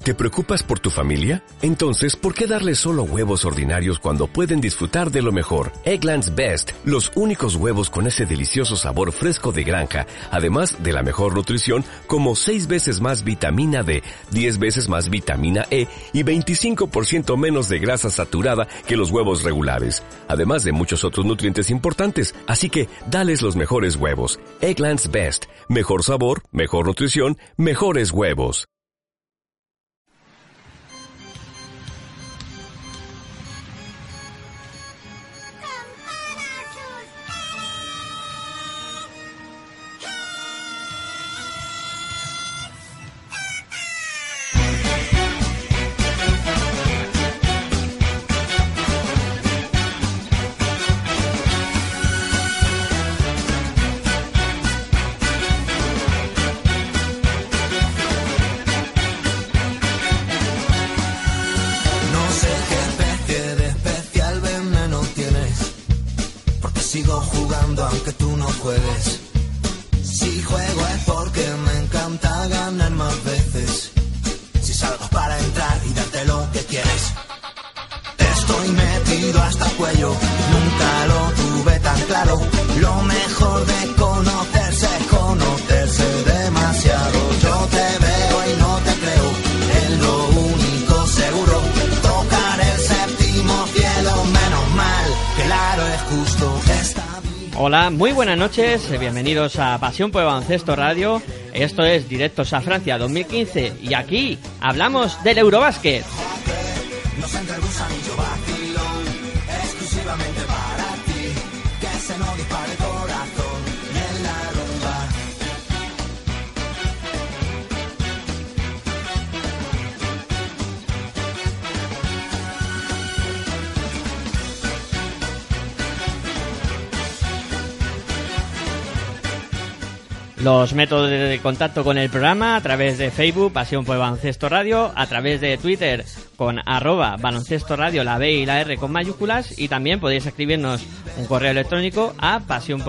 ¿Te preocupas por tu familia? Entonces, ¿por qué darles solo huevos ordinarios cuando pueden disfrutar de lo mejor? Eggland's Best, los únicos huevos con ese delicioso sabor fresco de granja, además de la mejor nutrición, como 6 veces más vitamina D, 10 veces más vitamina E y 25% menos de grasa saturada que los huevos regulares, además de muchos otros nutrientes importantes. Así que, dales los mejores huevos. Eggland's Best, mejor sabor, mejor nutrición, mejores huevos. Sigo jugando aunque tú no juegues. Si juego es porque me encanta ganar más veces. Si salgo para entrar y darte lo que quieres. Estoy metido hasta el cuello, nunca lo tuve tan claro. Lo mejor de conocerse es conocerse demasiado. Yo te veo y no te creo, es lo único seguro. Tocar el séptimo cielo, menos mal, claro es justo. Hola, muy buenas noches, bienvenidos a Pasión por el Baloncesto Radio. Esto es Directos a Francia 2015 y aquí hablamos del Eurobásquet. Exclusivamente para ti, que se nos dispare el corazón y en la rumba. Los métodos de contacto con el programa a través de Facebook, Pasión por el Baloncesto Radio, a través de Twitter con @baloncesto radio, la B y la R con mayúsculas, y también podéis escribirnos un correo electrónico a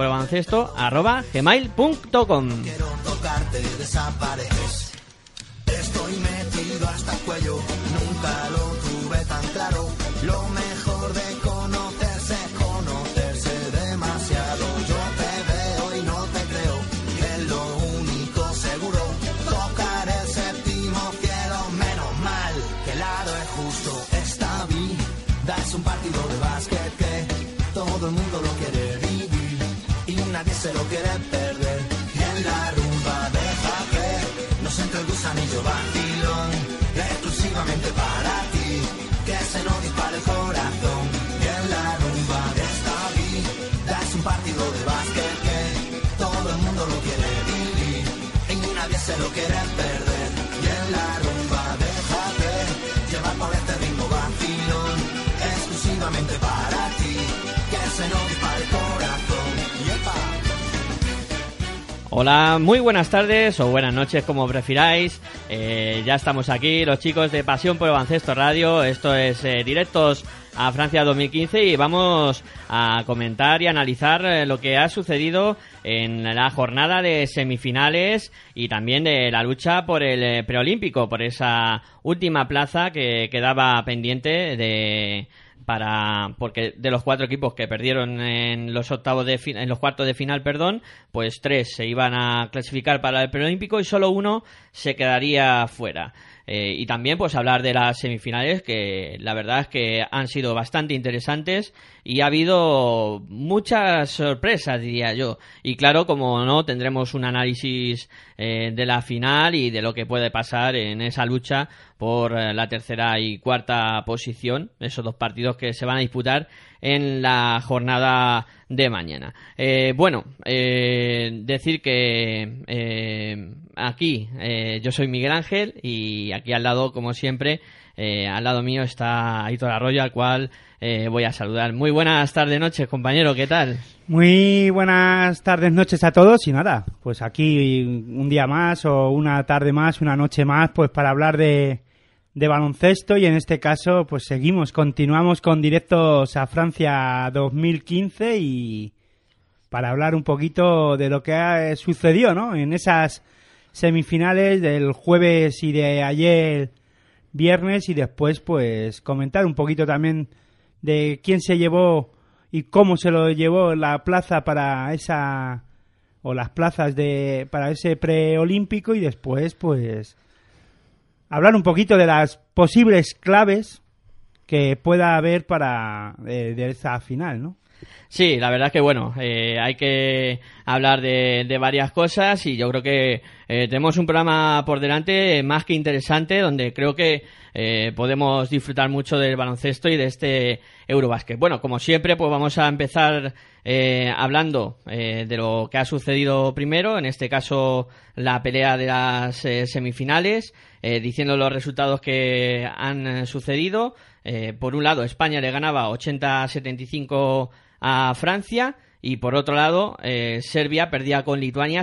pasionporelbaloncesto@gmail.com. Quiero tocarte, desapareces. Estoy metido hasta el cuello, nunca lo tuve tan claro. Lo mejor de conocerse es conocerse demasiado. Yo te veo y no te creo, es lo único seguro. Tocar el séptimo cielo, menos mal, que el aro es justo. Esta vida es un partido de básquet que todo el mundo lo quiere vivir y nadie se lo quiere perder. Y en la rumba deja que nos entre el gusanillo vacilón, exclusivamente para ti, que se nos dispare el corazón. Y en la rumba de esta vida es un partido de básquet que todo el mundo lo quiere vivir y nadie se lo quiere perder. Y en la rumba déjate llevar por este ritmo vacilón, exclusivamente para ti, que se nos dispare el corazón. ¡Yepa! Hola, muy buenas tardes o buenas noches, como prefiráis. Ya estamos aquí, los chicos de Pasión por el Baloncesto Radio. Esto es Directos a Francia 2015 y vamos a comentar y analizar lo que ha sucedido en la jornada de semifinales y también de la lucha por el preolímpico, por esa última plaza que quedaba pendiente porque de los 4 equipos que perdieron en los cuartos de final, pues 3 se iban a clasificar para el preolímpico y solo 1 se quedaría fuera. Y también pues hablar de las semifinales, que la verdad es que han sido bastante interesantes y ha habido muchas sorpresas, diría yo. Y claro, como no, tendremos un análisis de la final y de lo que puede pasar en esa lucha por la tercera y cuarta posición, esos 2 partidos que se van a disputar en la jornada de mañana. Decir que aquí yo soy Miguel Ángel y aquí al lado, como siempre, al lado mío está Aitor Arroyo, al cual voy a saludar. Muy buenas tardes, noches, compañero, ¿qué tal? Muy buenas tardes, noches a todos y nada, pues aquí un día más o una tarde más, una noche más, pues para hablar de baloncesto y en este caso pues continuamos con Directos a Francia 2015 y para hablar un poquito de lo que sucedió, ¿no? En esas semifinales del jueves y de ayer viernes y después pues comentar un poquito también de quién se llevó y cómo se lo llevó la plaza para esa o las plazas para ese preolímpico y después pues hablar un poquito de las posibles claves que pueda haber para de esa final, ¿no? Sí, la verdad es que bueno, hay que hablar de varias cosas y yo creo que tenemos un programa por delante más que interesante donde creo que podemos disfrutar mucho del baloncesto y de este Eurobásquet. Bueno, como siempre, pues vamos a empezar hablando de lo que ha sucedido primero, en este caso la pelea de las semifinales, diciendo los resultados que han sucedido. Por un lado, España le ganaba 80-75 a Francia y por otro lado Serbia perdía con Lituania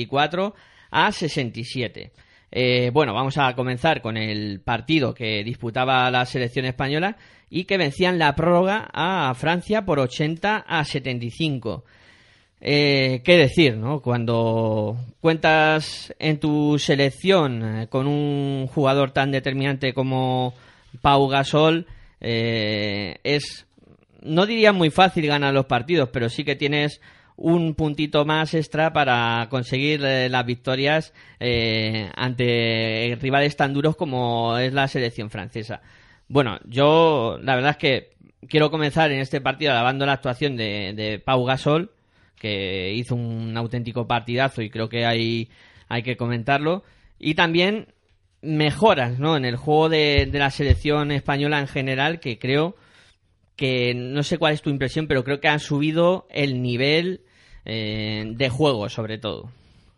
64-67. Bueno, vamos a comenzar con el partido que disputaba la selección española y que vencían la prórroga a Francia por 80-75. ¿Qué decir, no? Cuando cuentas en tu selección con un jugador tan determinante como Pau Gasol, es, no diría muy fácil ganar los partidos, pero sí que tienes un puntito más extra para conseguir las victorias ante rivales tan duros como es la selección francesa. Bueno, yo la verdad es que quiero comenzar en este partido alabando la actuación de Pau Gasol, que hizo un auténtico partidazo y creo que hay que comentarlo, y también mejoras, ¿no?, en el juego de la selección española en general, que creo que, no sé cuál es tu impresión, pero creo que han subido el nivel de juego, sobre todo.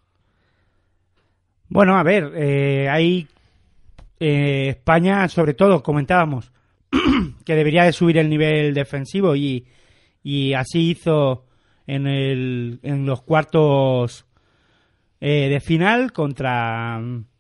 Bueno, a ver, hay España, sobre todo, comentábamos que debería de subir el nivel defensivo y así hizo en los cuartos de final contra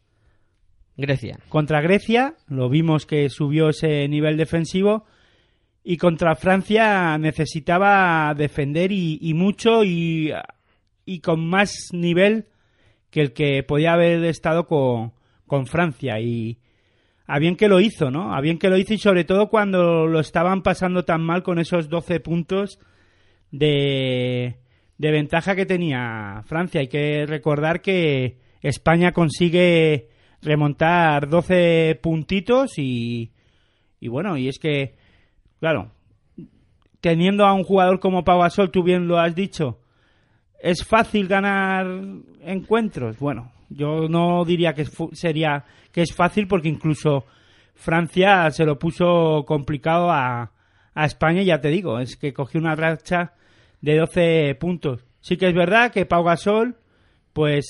Grecia. Lo vimos que subió ese nivel defensivo. Y contra Francia necesitaba defender y mucho y con más nivel que el que podía haber estado con Francia. Y a bien que lo hizo, ¿no? A bien que lo hizo y sobre todo cuando lo estaban pasando tan mal con esos 12 puntos de ventaja que tenía Francia. Hay que recordar que España consigue remontar 12 puntitos y bueno, y es que claro, teniendo a un jugador como Pau Gasol, tú bien lo has dicho, ¿es fácil ganar encuentros? Bueno, yo no diría que es fácil porque incluso Francia se lo puso complicado a España y ya te digo, es que cogió una racha de 12 puntos. Sí que es verdad que Pau Gasol pues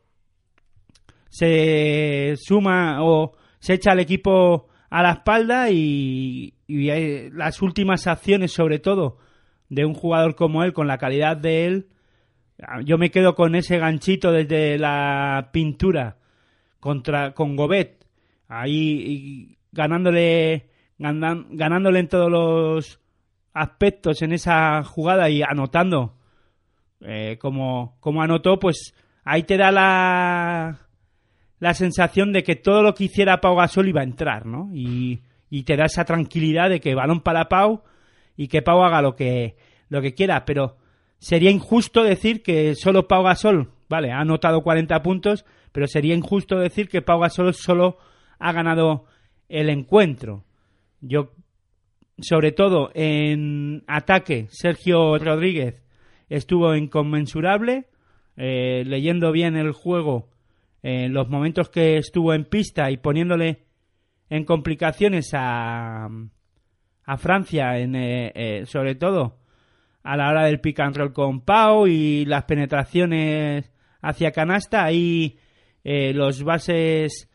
se suma o se echa al equipo a la espalda y las últimas acciones, sobre todo de un jugador como él, con la calidad de él, yo me quedo con ese ganchito desde la pintura con Gobet, ahí ganándole en todos los aspectos en esa jugada y anotando como anotó, pues ahí te da la sensación de que todo lo que hiciera Pau Gasol iba a entrar, ¿no? Y te da esa tranquilidad de que balón para Pau y que Pau haga lo que quiera, pero sería injusto decir que solo Pau Gasol, vale, ha anotado 40 puntos, pero sería injusto decir que Pau Gasol solo ha ganado el encuentro. Yo, sobre todo en ataque, Sergio Rodríguez estuvo inconmensurable, leyendo bien el juego en los momentos que estuvo en pista y poniéndole en complicaciones a Francia, sobre todo a la hora del pick and roll con Pau y las penetraciones hacia canasta. Ahí los bases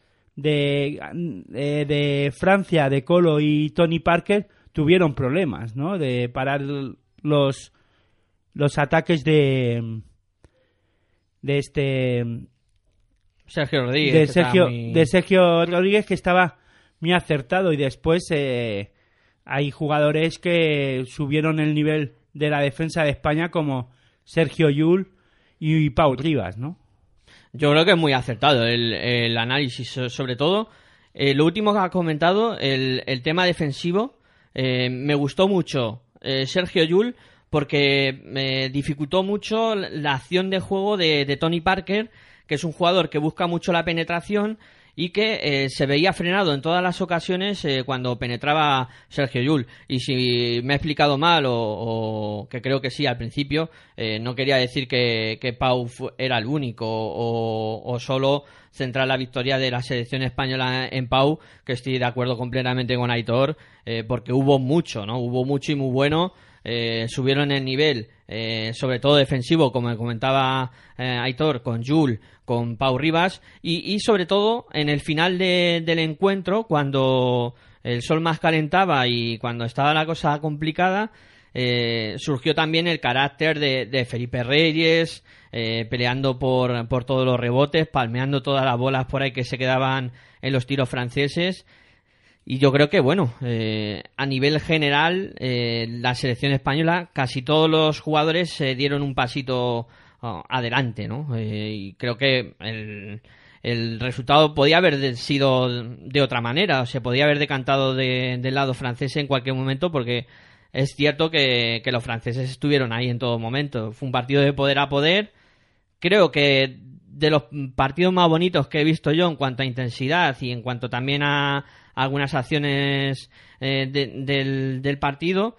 de Francia, de Colo y Tony Parker, tuvieron problemas, ¿no?, de parar los ataques de Sergio Rodríguez, de Sergio Rodríguez, que estaba muy acertado, y después hay jugadores que subieron el nivel de la defensa de España como Sergio Llull y Pau Ribas, ¿no? Yo creo que es muy acertado el análisis, sobre todo Lo último que has comentado, el tema defensivo, me gustó mucho Sergio Llull, porque dificultó mucho la acción de juego de Tony Parker, que es un jugador que busca mucho la penetración y que se veía frenado en todas las ocasiones cuando penetraba Sergio Llull. Y si me he explicado mal, o que creo que sí al principio, no quería decir que Pau era el único o solo centrar la victoria de la selección española en Pau, que estoy de acuerdo completamente con Aitor, porque hubo mucho, ¿no? Hubo mucho y muy bueno. Subieron el nivel, sobre todo defensivo, como comentaba Aitor, con Llull, con Pau Ribas, y sobre todo en el final del encuentro, cuando el sol más calentaba y cuando estaba la cosa complicada, surgió también el carácter de Felipe Reyes, peleando por todos los rebotes, palmeando todas las bolas por ahí que se quedaban en los tiros franceses. Y yo creo que, bueno, a nivel general, la selección española, casi todos los jugadores se dieron un pasito adelante, ¿no? Y creo que el resultado podía haber sido de otra manera, o se podía haber decantado del lado francés en cualquier momento, porque es cierto que los franceses estuvieron ahí en todo momento. Fue un partido de poder a poder. Creo que de los partidos más bonitos que he visto yo en cuanto a intensidad y en cuanto también a algunas acciones del partido,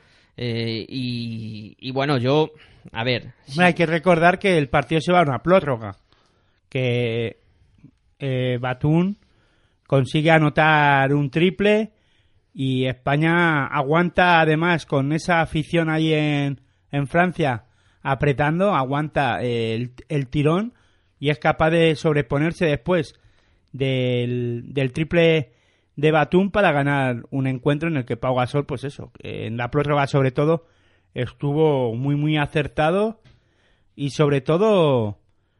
y bueno, yo, a ver, sí. Hay que recordar que el partido se va a una prórroga, que Batum consigue anotar un triple y España aguanta, además, con esa afición ahí en Francia apretando, aguanta el tirón y es capaz de sobreponerse después del triple de Batum para ganar un encuentro en el que Pau Gasol, pues eso, en la prórroga sobre todo, estuvo muy muy acertado y sobre todo,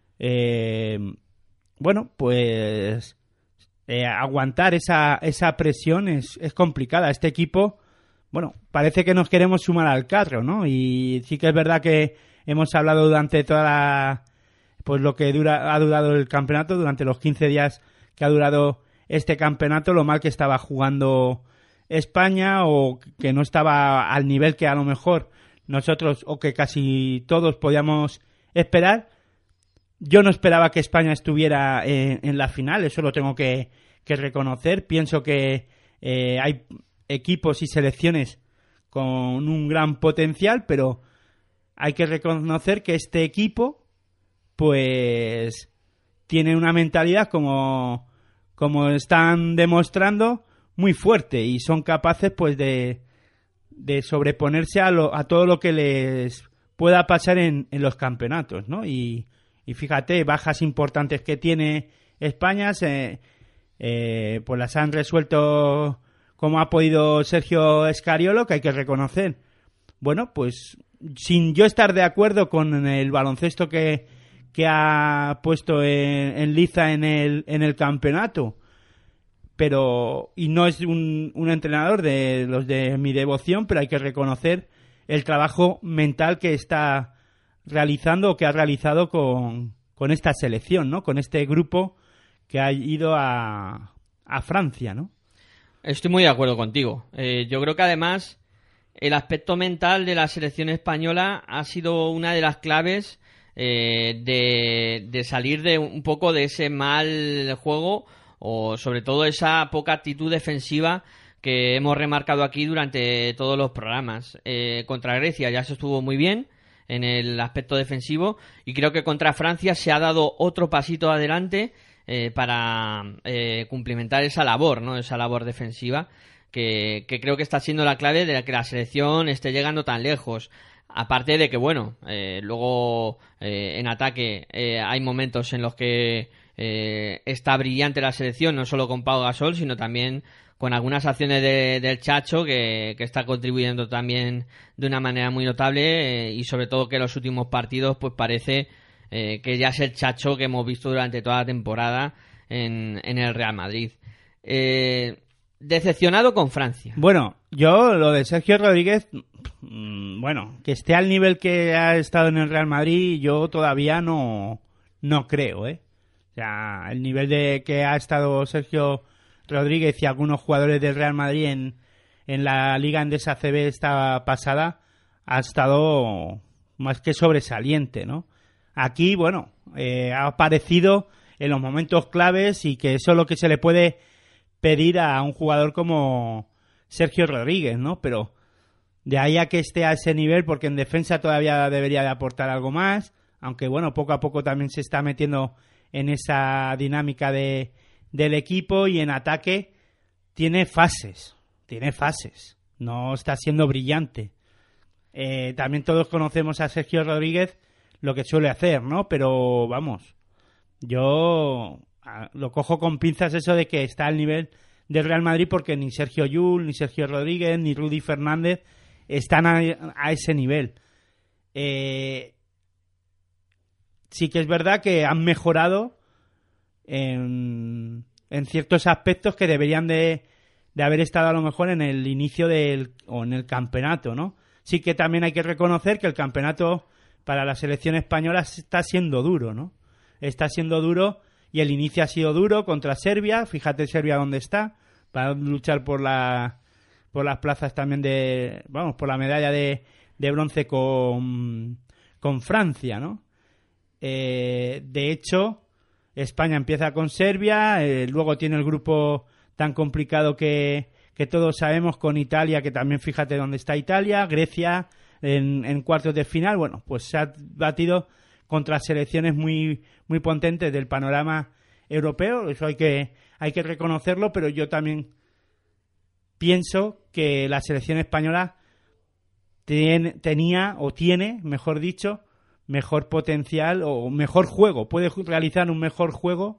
bueno, pues aguantar esa presión es complicada. Este equipo, bueno, parece que nos queremos sumar al carro, ¿no? Y sí que es verdad que hemos hablado durante toda pues lo que ha durado el campeonato, durante los 15 días que ha durado este campeonato, lo mal que estaba jugando España o que no estaba al nivel que a lo mejor nosotros o que casi todos podíamos esperar. Yo no esperaba que España estuviera en la final, eso lo tengo que reconocer. Pienso que hay equipos y selecciones con un gran potencial, pero hay que reconocer que este equipo pues tiene una mentalidad, como están demostrando, muy fuerte y son capaces pues de sobreponerse a todo lo que les pueda pasar en los campeonatos, ¿no? Y fíjate, bajas importantes que tiene España, pues las han resuelto como ha podido Sergio Scariolo, que hay que reconocer. Bueno, pues sin yo estar de acuerdo con el baloncesto que ha puesto en liza en el campeonato, y no es un entrenador de los de mi devoción, pero hay que reconocer el trabajo mental que está realizando o que ha realizado con esta selección, ¿no? Con este grupo que ha ido a Francia, ¿no? Estoy muy de acuerdo contigo. Yo creo que además el aspecto mental de la selección española ha sido una de las claves de salir de un poco de ese mal juego, o sobre todo esa poca actitud defensiva que hemos remarcado aquí durante todos los programas. Contra Grecia ya se estuvo muy bien en el aspecto defensivo y creo que contra Francia se ha dado otro pasito adelante para cumplimentar esa labor, ¿no? Esa labor defensiva que creo que está siendo la clave de que la selección esté llegando tan lejos. Aparte de que, bueno, luego en ataque hay momentos en los que está brillante la selección, no solo con Pau Gasol, sino también con algunas acciones del Chacho que está contribuyendo también de una manera muy notable, y sobre todo que en los últimos partidos pues parece que ya es el Chacho que hemos visto durante toda la temporada en el Real Madrid. Decepcionado con Francia. Bueno, yo lo de Sergio Rodríguez, bueno, que esté al nivel que ha estado en el Real Madrid, yo todavía no creo, O sea, el nivel de que ha estado Sergio Rodríguez y algunos jugadores del Real Madrid en la Liga Endesa ACB esta pasada ha estado más que sobresaliente, ¿no? Aquí, bueno, ha aparecido en los momentos claves y que eso es lo que se le puede pedir a un jugador como Sergio Rodríguez, ¿no? Pero de ahí a que esté a ese nivel, porque en defensa todavía debería de aportar algo más, aunque bueno, poco a poco también se está metiendo en esa dinámica del equipo, y en ataque tiene fases, no está siendo brillante. También todos conocemos a Sergio Rodríguez, lo que suele hacer, ¿no? Pero vamos, yo lo cojo con pinzas eso de que está al nivel del Real Madrid, porque ni Sergio Llull, ni Sergio Rodríguez, ni Rudy Fernández están a ese nivel. Sí que es verdad que han mejorado en ciertos aspectos que deberían de haber estado a lo mejor en el inicio o en el campeonato, ¿no? Sí que también hay que reconocer que el campeonato para la selección española está siendo duro, ¿no? Está siendo duro, y el inicio ha sido duro contra Serbia. Fíjate Serbia dónde está, para luchar por las plazas también por la medalla de bronce con Francia, ¿no? De hecho, España empieza con Serbia, luego tiene el grupo tan complicado que todos sabemos, con Italia, que también fíjate dónde está Italia, Grecia en cuartos de final. Bueno, pues se ha batido contra selecciones muy, muy potentes del panorama europeo, eso hay que reconocerlo, pero yo también pienso que la selección española tenía, mejor dicho, mejor potencial o mejor juego, puede realizar un mejor juego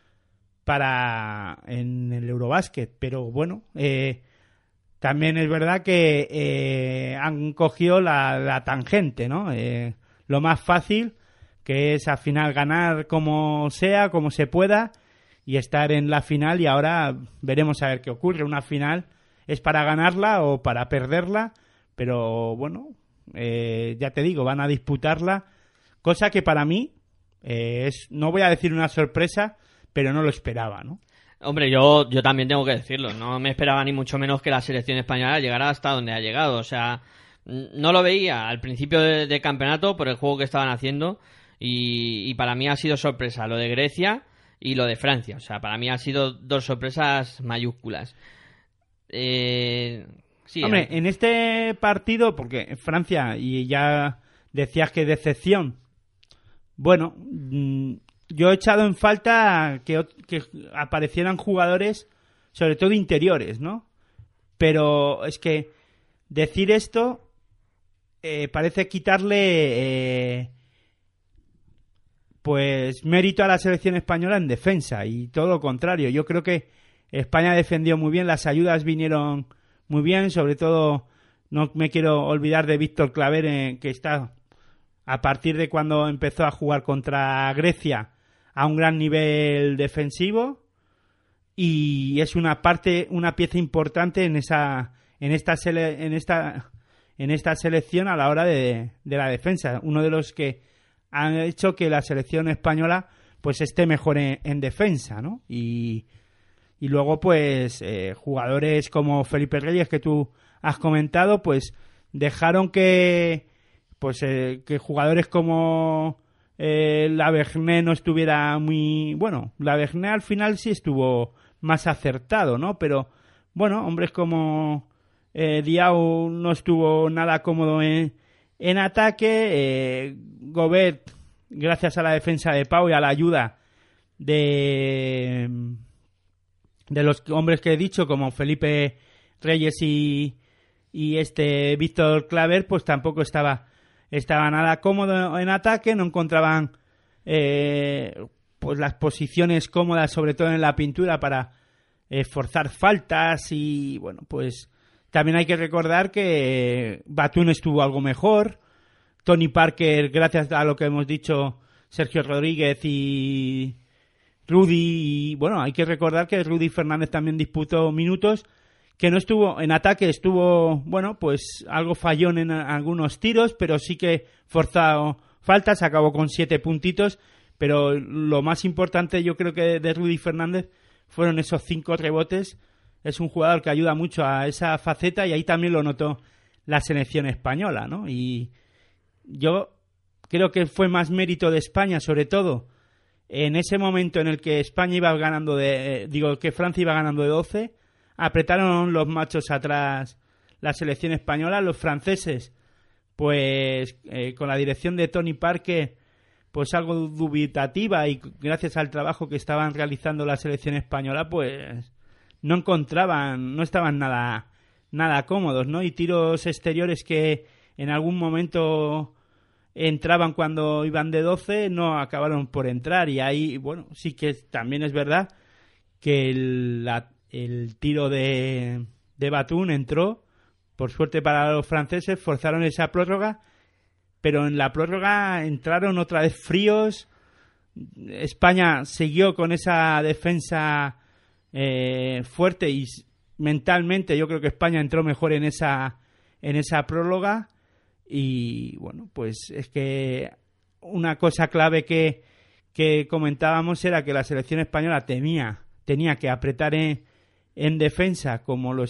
en el Eurobásquet, pero bueno, también es verdad que han cogido la tangente, ¿no? Lo más fácil, que es al final ganar como sea, como se pueda, y estar en la final, y ahora veremos a ver qué ocurre. Una final es para ganarla o para perderla, pero bueno, ya te digo, van a disputarla, cosa que para mí no voy a decir una sorpresa, pero no lo esperaba, ¿no? Hombre, yo también tengo que decirlo, no me esperaba ni mucho menos que la selección española llegara hasta donde ha llegado, o sea, no lo veía al principio de campeonato por el juego que estaban haciendo, y para mí ha sido sorpresa lo de Grecia y lo de Francia, o sea, para mí han sido dos sorpresas mayúsculas. Sí, hombre, en este partido, porque Francia, y ya decías que decepción, bueno, yo he echado en falta que aparecieran jugadores, sobre todo interiores, ¿no? Pero es que decir esto parece quitarle pues mérito a la selección española en defensa, y todo lo contrario. Yo creo que España defendió muy bien, las ayudas vinieron muy bien, sobre todo no me quiero olvidar de Víctor Claver, que está a partir de cuando empezó a jugar contra Grecia a un gran nivel defensivo, y es una pieza importante en esta selección a la hora de la defensa, uno de los que han hecho que la selección española pues esté mejor en defensa, ¿no? Y luego pues jugadores como Felipe Reyes, que tú has comentado, pues dejaron que jugadores como Lavergne no estuviera muy... Bueno, Lavergne al final sí estuvo más acertado, ¿no? Pero bueno, hombres como Diaw no estuvo nada cómodo en ataque. Gobert, gracias a la defensa de Pau y a la ayuda de los hombres que he dicho, como Felipe Reyes y Víctor Claver, pues tampoco estaba nada cómodo en ataque, no encontraban pues las posiciones cómodas, sobre todo en la pintura, para forzar faltas. Y bueno, pues también hay que recordar que Batum estuvo algo mejor, Tony Parker, gracias a lo que hemos dicho, Sergio Rodríguez y Rudy, y bueno, hay que recordar que Rudy Fernández también disputó minutos, que no estuvo en ataque, estuvo, bueno, pues algo fallón en algunos tiros, pero sí que forzado faltas, acabó con 7 puntitos, pero lo más importante yo creo que de Rudy Fernández fueron esos 5 rebotes. Es un jugador que ayuda mucho a esa faceta y ahí también lo notó la selección española, ¿no? Y yo creo que fue más mérito de España, sobre todo en ese momento en el que España iba ganando que Francia iba ganando de 12, apretaron los machos atrás la selección española, los franceses, pues con la dirección de Tony Parker, pues algo dubitativa, y gracias al trabajo que estaban realizando la selección española, pues no estaban nada cómodos, ¿no? Y tiros exteriores que en algún momento entraban cuando iban de 12, no acabaron por entrar, y ahí, bueno, sí que también es verdad que el tiro de Batum entró, por suerte para los franceses, forzaron esa prórroga, pero en la prórroga entraron otra vez fríos. España siguió con esa defensa fuerte, y mentalmente yo creo que España entró mejor en esa prórroga. Y bueno, pues es que una cosa clave que comentábamos era que la selección española tenía que apretar en defensa como no lo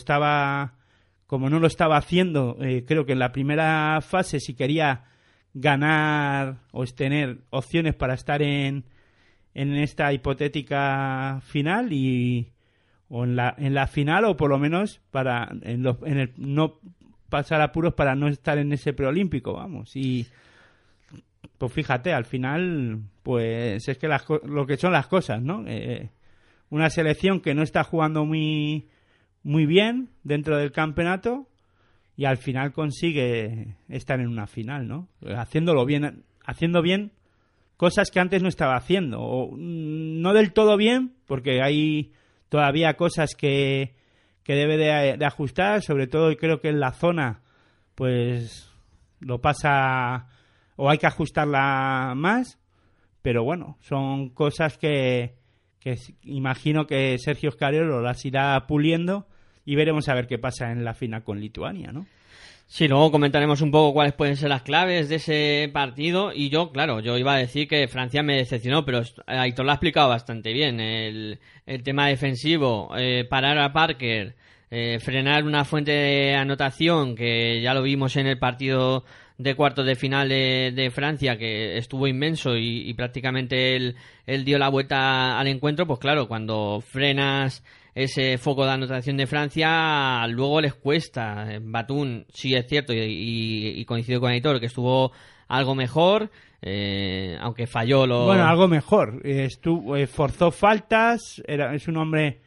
estaba haciendo. Creo que en la primera fase, si quería ganar o tener opciones para estar en esta hipotética final o en la final, o por lo menos para no pasar apuros para no estar en ese preolímpico, vamos. Y pues fíjate, al final pues es que lo que son las cosas, ¿no? Una selección que no está jugando muy bien dentro del campeonato, y al final consigue estar en una final, ¿no? Haciendo bien cosas que antes no estaba haciendo, o no del todo bien, porque hay todavía cosas que debe de ajustar, sobre todo, y creo que en la zona pues lo pasa, o hay que ajustarla más, pero bueno, son cosas que imagino que Sergio Scariolo las irá puliendo, y veremos a ver qué pasa en la final con Lituania, ¿no? Sí, luego comentaremos un poco cuáles pueden ser las claves de ese partido. Y yo iba a decir que Francia me decepcionó, pero Aitor lo ha explicado bastante bien. El tema defensivo, parar a Parker, frenar una fuente de anotación, que ya lo vimos en el partido de cuartos de final de Francia, que estuvo inmenso y prácticamente él dio la vuelta al encuentro. Pues claro, cuando frenas ese foco de anotación de Francia, luego les cuesta. Batum, sí es cierto, y coincido con Aitor, que estuvo algo mejor, aunque falló Bueno, algo mejor. Forzó faltas, es un hombre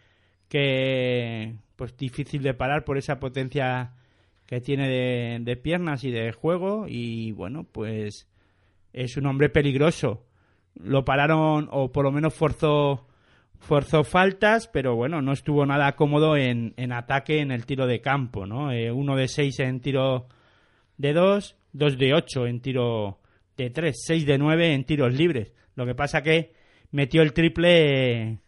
que pues difícil de parar por esa potencia que tiene de piernas y de juego, y bueno, pues es un hombre peligroso. Lo pararon, o por lo menos forzó faltas, pero bueno, no estuvo nada cómodo en ataque en el tiro de campo, ¿no? 1 de 6 en tiro de 2, 2 de 8 en tiro de 3, 6 de 9 en tiros libres. Lo que pasa que metió el triple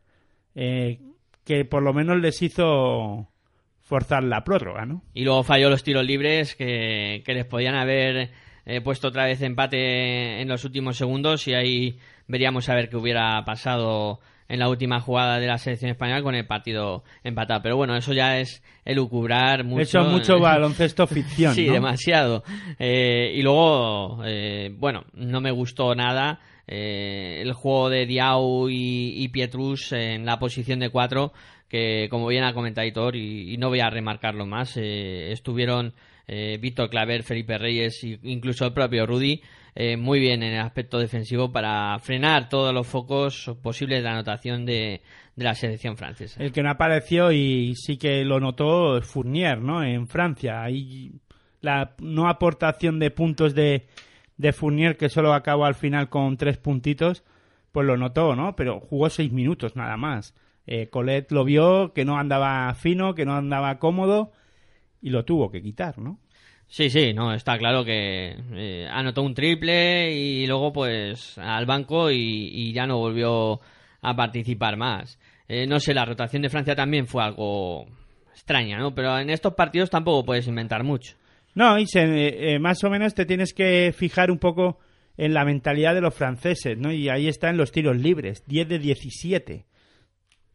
que por lo menos les hizo forzar la prórroga, ¿no? Y luego falló los tiros libres que les podían haber puesto otra vez empate en los últimos segundos, y ahí veríamos a ver qué hubiera pasado en la última jugada de la selección española con el partido empatado. Pero bueno, eso ya es elucubrar mucho. Eso es mucho baloncesto ficción, sí, ¿no? Demasiado. Y luego, bueno, no me gustó nada el juego de Diaw y Pietrus en la posición de 4, que como bien ha comentado Aitor, y no voy a remarcarlo más, estuvieron Víctor Claver, Felipe Reyes e incluso el propio Rudy muy bien en el aspecto defensivo para frenar todos los focos posibles de anotación de la selección francesa. El que no apareció, y sí que lo notó, es Fournier, ¿no? En Francia. Ahí la no aportación de puntos de Fournier, que solo acabó al final con 3 puntitos, pues lo notó, ¿no? Pero jugó 6 minutos nada más. Colette lo vio, que no andaba fino, que no andaba cómodo, y lo tuvo que quitar, ¿no? Sí, no, está claro que anotó un triple y luego pues al banco y ya no volvió a participar más. No sé, la rotación de Francia también fue algo extraña, ¿no? Pero en estos partidos tampoco puedes inventar mucho. No, y más o menos te tienes que fijar un poco en la mentalidad de los franceses, ¿no? Y ahí está en los tiros libres, 10 de 17.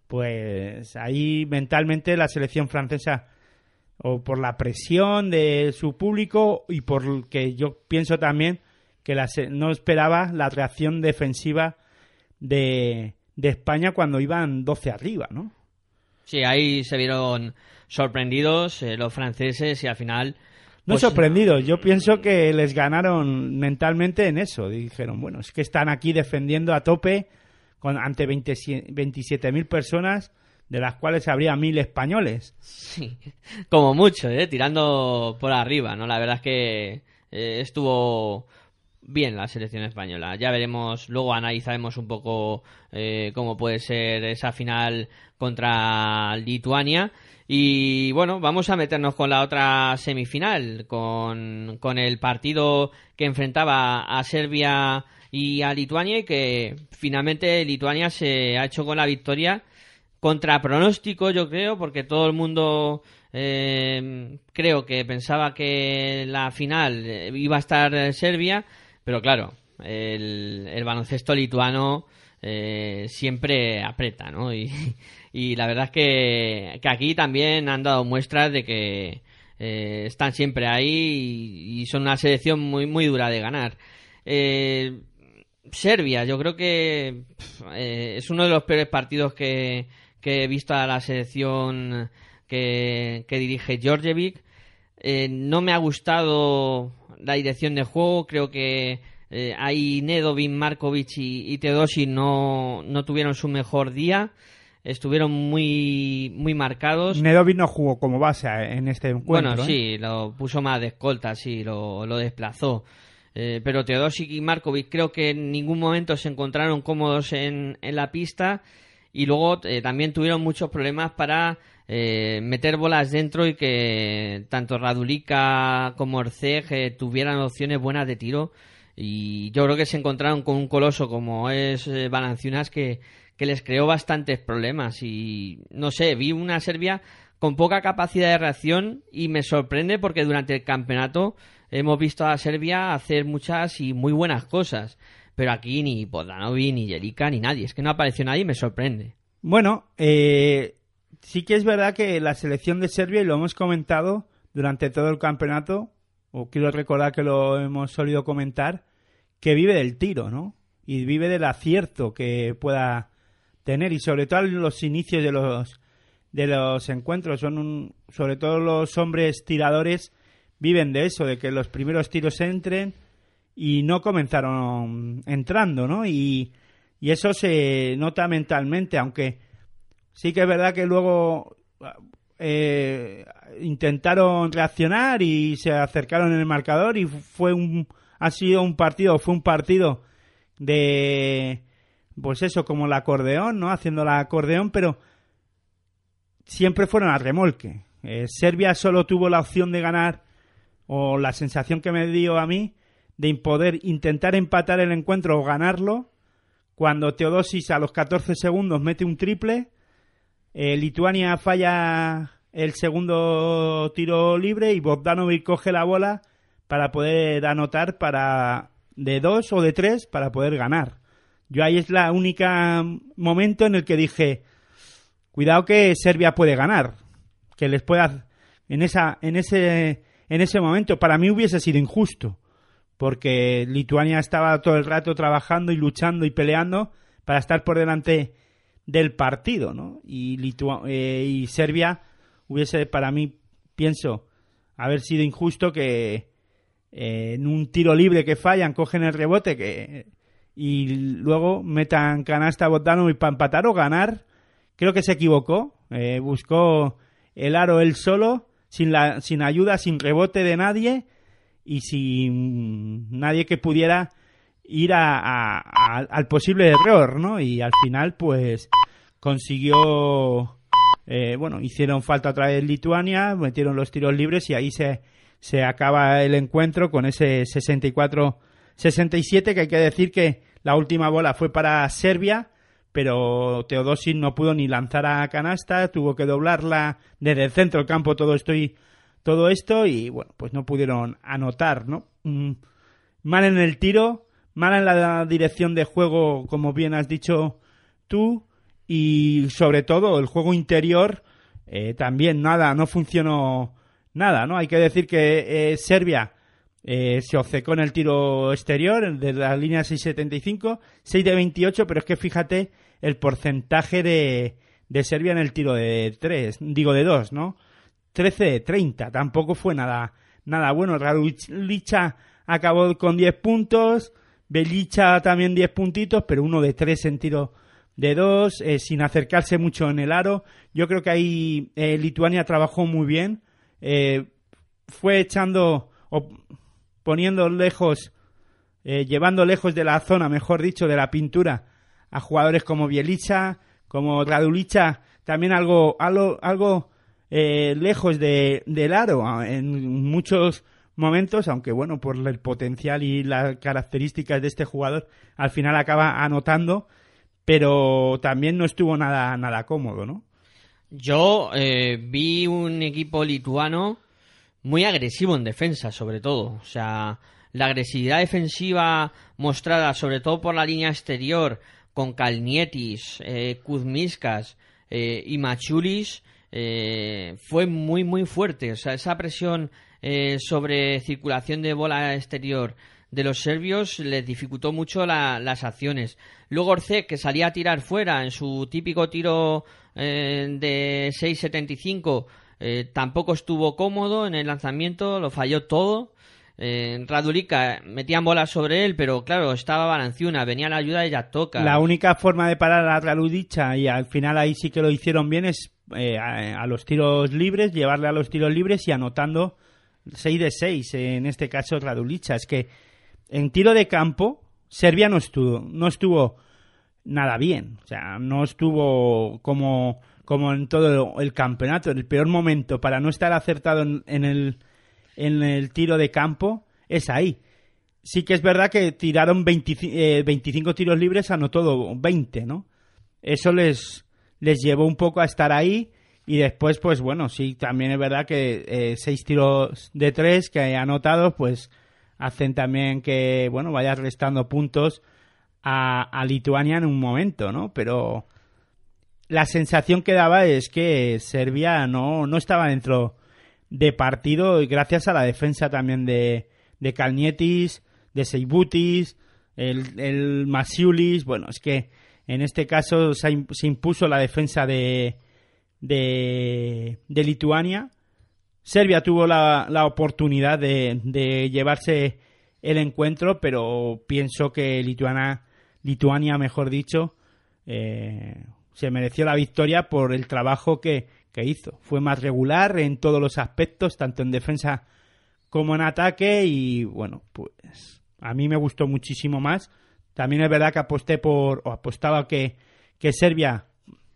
pues ahí mentalmente la selección francesa, o por la presión de su público y por que yo pienso también que no esperaba la reacción defensiva de España cuando iban 12 arriba, ¿no? Sí, ahí se vieron sorprendidos los franceses y al final... No sorprendidos, yo pienso que les ganaron mentalmente en eso. Dijeron, bueno, es que están aquí defendiendo a tope ante 27.000 personas, de las cuales habría 1.000 españoles. Sí, como mucho, tirando por arriba, ¿no? La verdad es que estuvo bien la selección española. Ya veremos, luego analizaremos un poco cómo puede ser esa final contra Lituania. Y bueno, vamos a meternos con la otra semifinal, con el partido que enfrentaba a Serbia y a Lituania, y que finalmente Lituania se ha hecho con la victoria contra pronóstico, yo creo, porque todo el mundo creo que pensaba que la final iba a estar Serbia, pero claro, el baloncesto lituano siempre aprieta, ¿no? Y la verdad es que aquí también han dado muestras de que están siempre ahí y son una selección muy, muy dura de ganar. Serbia, yo creo que es uno de los peores partidos que he visto a la selección que dirige Djordjevic. No me ha gustado la dirección de juego. Creo que ahí Nedovic, Markovic y Teodosic no tuvieron su mejor día. Estuvieron muy, muy marcados. Nedovic no jugó como base en este encuentro. Bueno, sí, lo puso más de escolta, sí, lo desplazó. Pero Teodosic y Markovic creo que en ningún momento se encontraron cómodos en la pista. Y luego también tuvieron muchos problemas para meter bolas dentro y que tanto Raduljica como Orceg tuvieran opciones buenas de tiro. Y yo creo que se encontraron con un coloso como es Valanciunas que les creó bastantes problemas. Y no sé, vi una Serbia con poca capacidad de reacción y me sorprende porque durante el campeonato hemos visto a Serbia hacer muchas y muy buenas cosas. Pero aquí ni Bogdanovic, ni Jelica, ni nadie. Es que no apareció nadie y me sorprende. Bueno, sí que es verdad que la selección de Serbia, y lo hemos comentado durante todo el campeonato, o quiero recordar que lo hemos solido comentar, que vive del tiro, ¿no? Y vive del acierto que pueda tener. Y sobre todo en los inicios de los encuentros, sobre todo los hombres tiradores viven de eso, de que los primeros tiros entren, y no comenzaron entrando, ¿no? Y eso se nota mentalmente, aunque sí que es verdad que luego intentaron reaccionar y se acercaron en el marcador y fue un partido de, pues eso, como el acordeón, ¿no? Haciendo el acordeón, pero siempre fueron a remolque. Serbia solo tuvo la opción de ganar, o la sensación que me dio a mí, de poder intentar empatar el encuentro o ganarlo cuando Teodosic a los 14 segundos mete un triple. Lituania falla el segundo tiro libre y Bogdanovic coge la bola para poder anotar de 2 o de 3 para poder ganar. Yo ahí es la única momento en el que dije, cuidado que Serbia puede ganar, que les pueda en ese momento. Para mí hubiese sido injusto, porque Lituania estaba todo el rato trabajando y luchando y peleando para estar por delante del partido, ¿no? Y Serbia hubiese, para mí, pienso, haber sido injusto que en un tiro libre que fallan, cogen el rebote y luego metan canasta a Bogdanovic para empatar o ganar. Creo que se equivocó, buscó el aro él solo, sin ayuda, sin rebote de nadie, y sin nadie que pudiera ir al posible error, ¿no? Y al final, pues, consiguió... hicieron falta otra vez Lituania, metieron los tiros libres y ahí se acaba el encuentro con ese 64-67, que hay que decir que la última bola fue para Serbia, pero Teodosic no pudo ni lanzar a canasta, tuvo que doblarla desde el centro del campo todo esto y bueno, pues no pudieron anotar, ¿no? Mal en el tiro, mal en la dirección de juego, como bien has dicho tú, y sobre todo el juego interior también no funcionó nada, ¿no? Hay que decir que Serbia se obcecó en el tiro exterior de la línea 6.75, 6 de 28, pero es que fíjate el porcentaje de Serbia en el tiro de 2, ¿no? 13 de 30, tampoco fue nada bueno. Radulica acabó con 10 puntos, Bjelica también 10 puntitos, pero 1 de 3 en tiro de 2, sin acercarse mucho en el aro. Yo creo que ahí Lituania trabajó muy bien, fue echando o poniendo lejos, llevando lejos de la zona, mejor dicho, de la pintura a jugadores como Bjelica, como Radulica, también algo lejos del aro en muchos momentos, aunque bueno, por el potencial y las características de este jugador, al final acaba anotando, pero también no estuvo nada cómodo, ¿no? Yo vi un equipo lituano muy agresivo en defensa, sobre todo. O sea, la agresividad defensiva mostrada, sobre todo por la línea exterior, con Kalnietis, Kuzmiskas y Maciulis, fue muy, muy fuerte. O sea, esa presión sobre circulación de bola exterior de los serbios les dificultó mucho las acciones. Luego Orcek, que salía a tirar fuera en su típico tiro de 6.75, tampoco estuvo cómodo en el lanzamiento, lo falló todo. Radulica metían bolas sobre él, pero claro, estaba Valanciunas, venía la ayuda de Jatoka. La única forma de parar a Radulica, y al final ahí sí que lo hicieron bien, es a los tiros libres, llevarle a los tiros libres y anotando 6 de 6, en este caso Radulica. Es que en tiro de campo Serbia no estuvo nada bien, o sea, no estuvo como en todo el campeonato. El peor momento para no estar acertado en el tiro de campo es ahí. Sí que es verdad que tiraron 25 tiros libres, anotó 20, ¿no? Eso les llevó un poco a estar ahí, y después, pues bueno, sí, también es verdad que 6 tiros de 3 que hay anotados, pues hacen también que, bueno, vaya restando puntos a Lituania en un momento, ¿no? Pero la sensación que daba es que Serbia no estaba dentro de partido, y gracias a la defensa también de Kalnietis, de Seibutis, el Maciulis. Bueno, es que en este caso se impuso la defensa de Lituania. Serbia tuvo la oportunidad de llevarse el encuentro, pero pienso que Lituania, mejor dicho, se mereció la victoria por el trabajo que hizo. Fue más regular en todos los aspectos, tanto en defensa como en ataque, y bueno, pues a mí me gustó muchísimo más. También es verdad que apostaba que Serbia,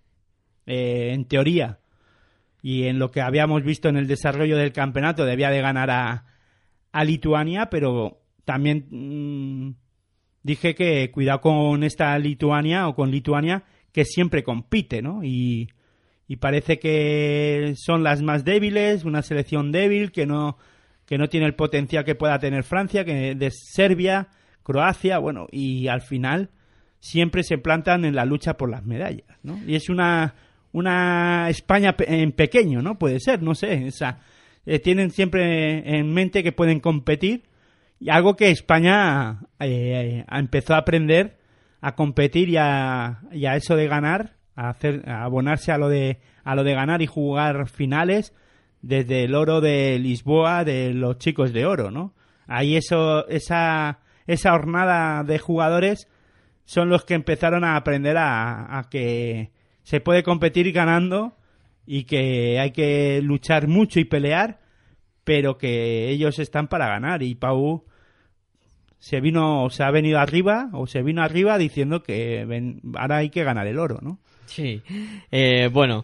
en teoría, y en lo que habíamos visto en el desarrollo del campeonato, debía de ganar a Lituania, pero también dije que cuidado con esta Lituania, o con Lituania, que siempre compite, ¿no? Y parece que son las más débiles, una selección débil que no tiene el potencial que pueda tener Francia, que de Serbia, Croacia, bueno, y al final siempre se plantan en la lucha por las medallas, ¿no? Y es una España en pequeño, ¿no? Puede ser, no sé, o sea, tienen siempre en mente que pueden competir, y algo que España empezó a aprender a competir y a eso de ganar, a abonarse a lo de ganar y jugar finales, desde el oro de Lisboa, de los chicos de oro, ¿no? Ahí esa hornada de jugadores son los que empezaron a aprender a que se puede competir ganando, y que hay que luchar mucho y pelear, pero que ellos están para ganar. Y Pau se vino arriba diciendo que ahora hay que ganar el oro, ¿no? Sí. Bueno,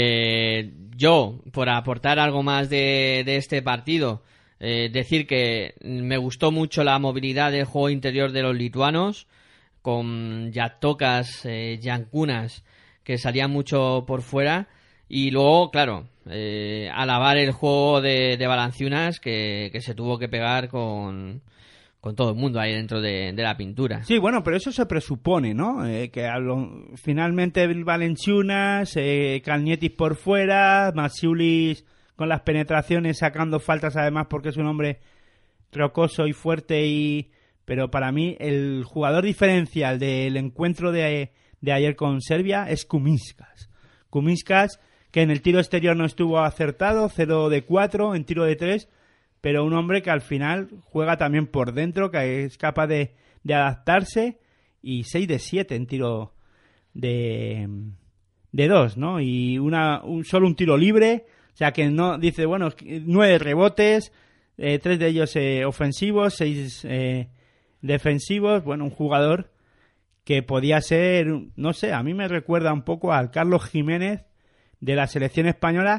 yo, por aportar algo más de este partido, decir que me gustó mucho la movilidad del juego interior de los lituanos, con Jatokas, Jankunas, que salían mucho por fuera, y luego, claro, alabar el juego de Valanciunas, que se tuvo que pegar con todo el mundo ahí dentro de la pintura. Sí, bueno, pero eso se presupone, ¿no? Finalmente el Valenciunas, Calnietis por fuera, Masiulis con las penetraciones sacando faltas además porque es un hombre rocoso y fuerte, pero para mí el jugador diferencial del encuentro de ayer con Serbia es Kuminskas. Kuminskas, que en el tiro exterior no estuvo acertado, 0 de 4 en tiro de 3, pero un hombre que al final juega también por dentro, que es capaz de adaptarse, y 6 de 7 en tiro de 2, ¿no? Y solo un tiro libre, o sea que no dice, bueno, 9 rebotes, 3 de ellos ofensivos, 6 defensivos. Bueno, un jugador que podía ser, no sé, a mí me recuerda un poco al Carlos Jiménez de la selección española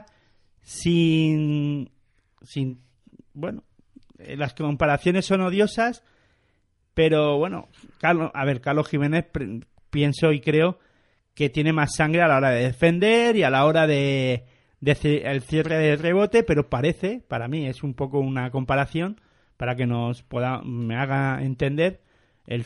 sin bueno, las comparaciones son odiosas, pero bueno, Carlos Jiménez pienso y creo que tiene más sangre a la hora de defender y a la hora de el cierre de rebote, pero parece, para mí es un poco una comparación para que me haga entender el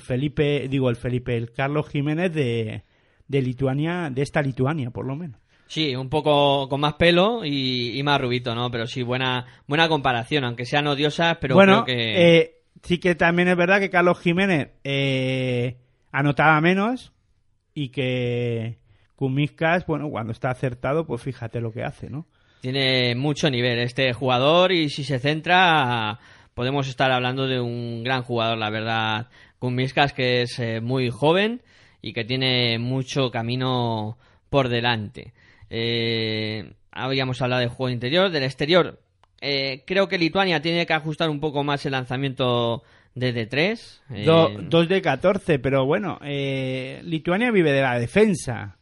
Carlos Jiménez de Lituania, de esta Lituania por lo menos. Sí, un poco con más pelo y más rubito, ¿no? Pero sí, buena comparación, aunque sean odiosas, pero bueno, creo que... sí que también es verdad que Carlos Jiménez anotaba menos y que Kuminskas, bueno, cuando está acertado, pues fíjate lo que hace, ¿no? Tiene mucho nivel este jugador y si se centra podemos estar hablando de un gran jugador, la verdad. Kuminskas, que es muy joven y que tiene mucho camino por delante. Habíamos hablado del juego interior, del exterior. Creo que Lituania tiene que ajustar un poco más el lanzamiento desde 3. 2 de 14, pero bueno, Lituania vive de la defensa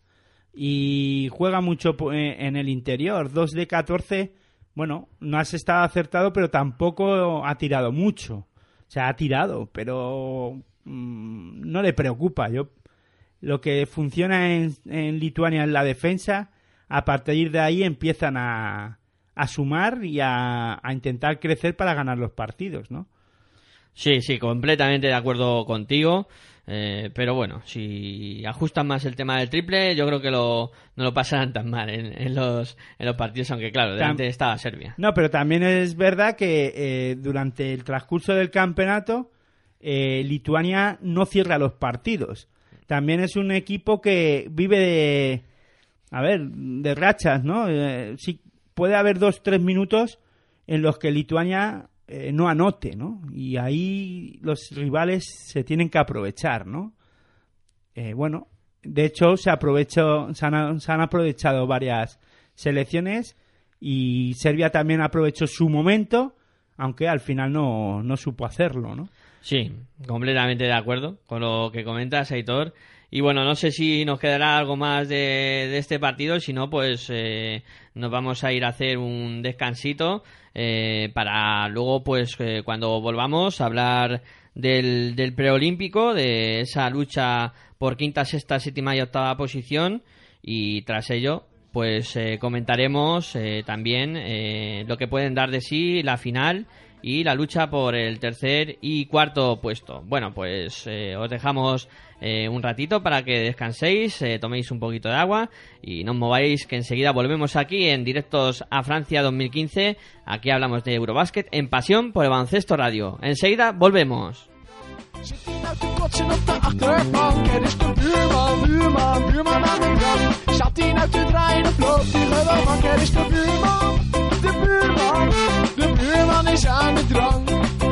y juega mucho en el interior. 2 de 14, bueno, no has estado acertado, pero tampoco ha tirado mucho. O sea, ha tirado, pero no le preocupa. Lo que funciona en Lituania en la defensa, a partir de ahí empiezan a sumar y a intentar crecer para ganar los partidos, ¿no? Sí, completamente de acuerdo contigo. Pero bueno, si ajustan más el tema del triple, yo creo que no lo pasarán tan mal en los partidos, aunque claro, delante estaba Serbia. No, pero también es verdad que durante el transcurso del campeonato, Lituania no cierra los partidos. También es un equipo que vive de rachas, ¿no? Sí, puede haber 2-3 minutos en los que Lituania no anote, ¿no? Y ahí los rivales se tienen que aprovechar, ¿no? Bueno, de hecho se han aprovechado varias selecciones y Serbia también aprovechó su momento, aunque al final no supo hacerlo, ¿no? Sí, completamente de acuerdo con lo que comentas, Aitor. Y bueno, no sé si nos quedará algo más de este partido, si no, pues nos vamos a ir a hacer un descansito para luego, pues cuando volvamos a hablar del preolímpico, de esa lucha por quinta, sexta, séptima y octava posición, y tras ello pues comentaremos también lo que pueden dar de sí la final y la lucha por el tercer y cuarto puesto. Bueno, pues os dejamos un ratito para que descanséis, toméis un poquito de agua y no os mováis, que enseguida volvemos aquí en Directos a Francia 2015. Aquí hablamos de Eurobásquet en Pasión por el Baloncesto Radio. Enseguida volvemos. Zit hij nou te kotsen op de achterbank? Er is de buurman aan de drank. Zat hij nou te draaien of loopt hij gewoon mank? Er is de buurman is aan de drank.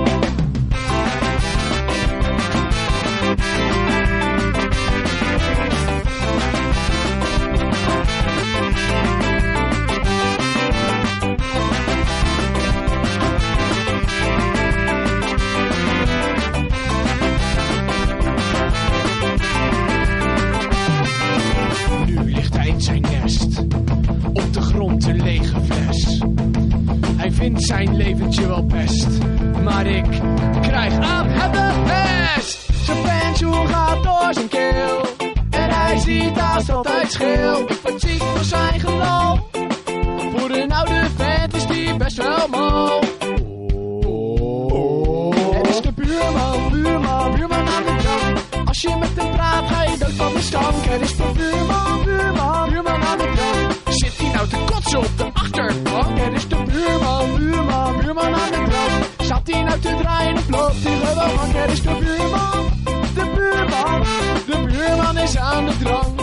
Zijn nest, op de grond een lege fles. Hij vindt zijn leventje wel best, maar ik krijg aan hem de pest. Zijn pensioen gaat door zijn keel en hij ziet haast altijd scheel. Ik word ziek voor zijn geloof, voor een oude vent is die best wel mal. Er is de buurman Als je met hem praat, ga je dood van de stank. Er is de buurman, buurman, buurman aan de drank. Zit hij nou te kotsen op de achterbank? Er is de buurman, buurman, buurman aan de drank. Zat hij nou te draaien of loopt hij gewoon? Er is de buurman, de buurman, de buurman is aan de drank.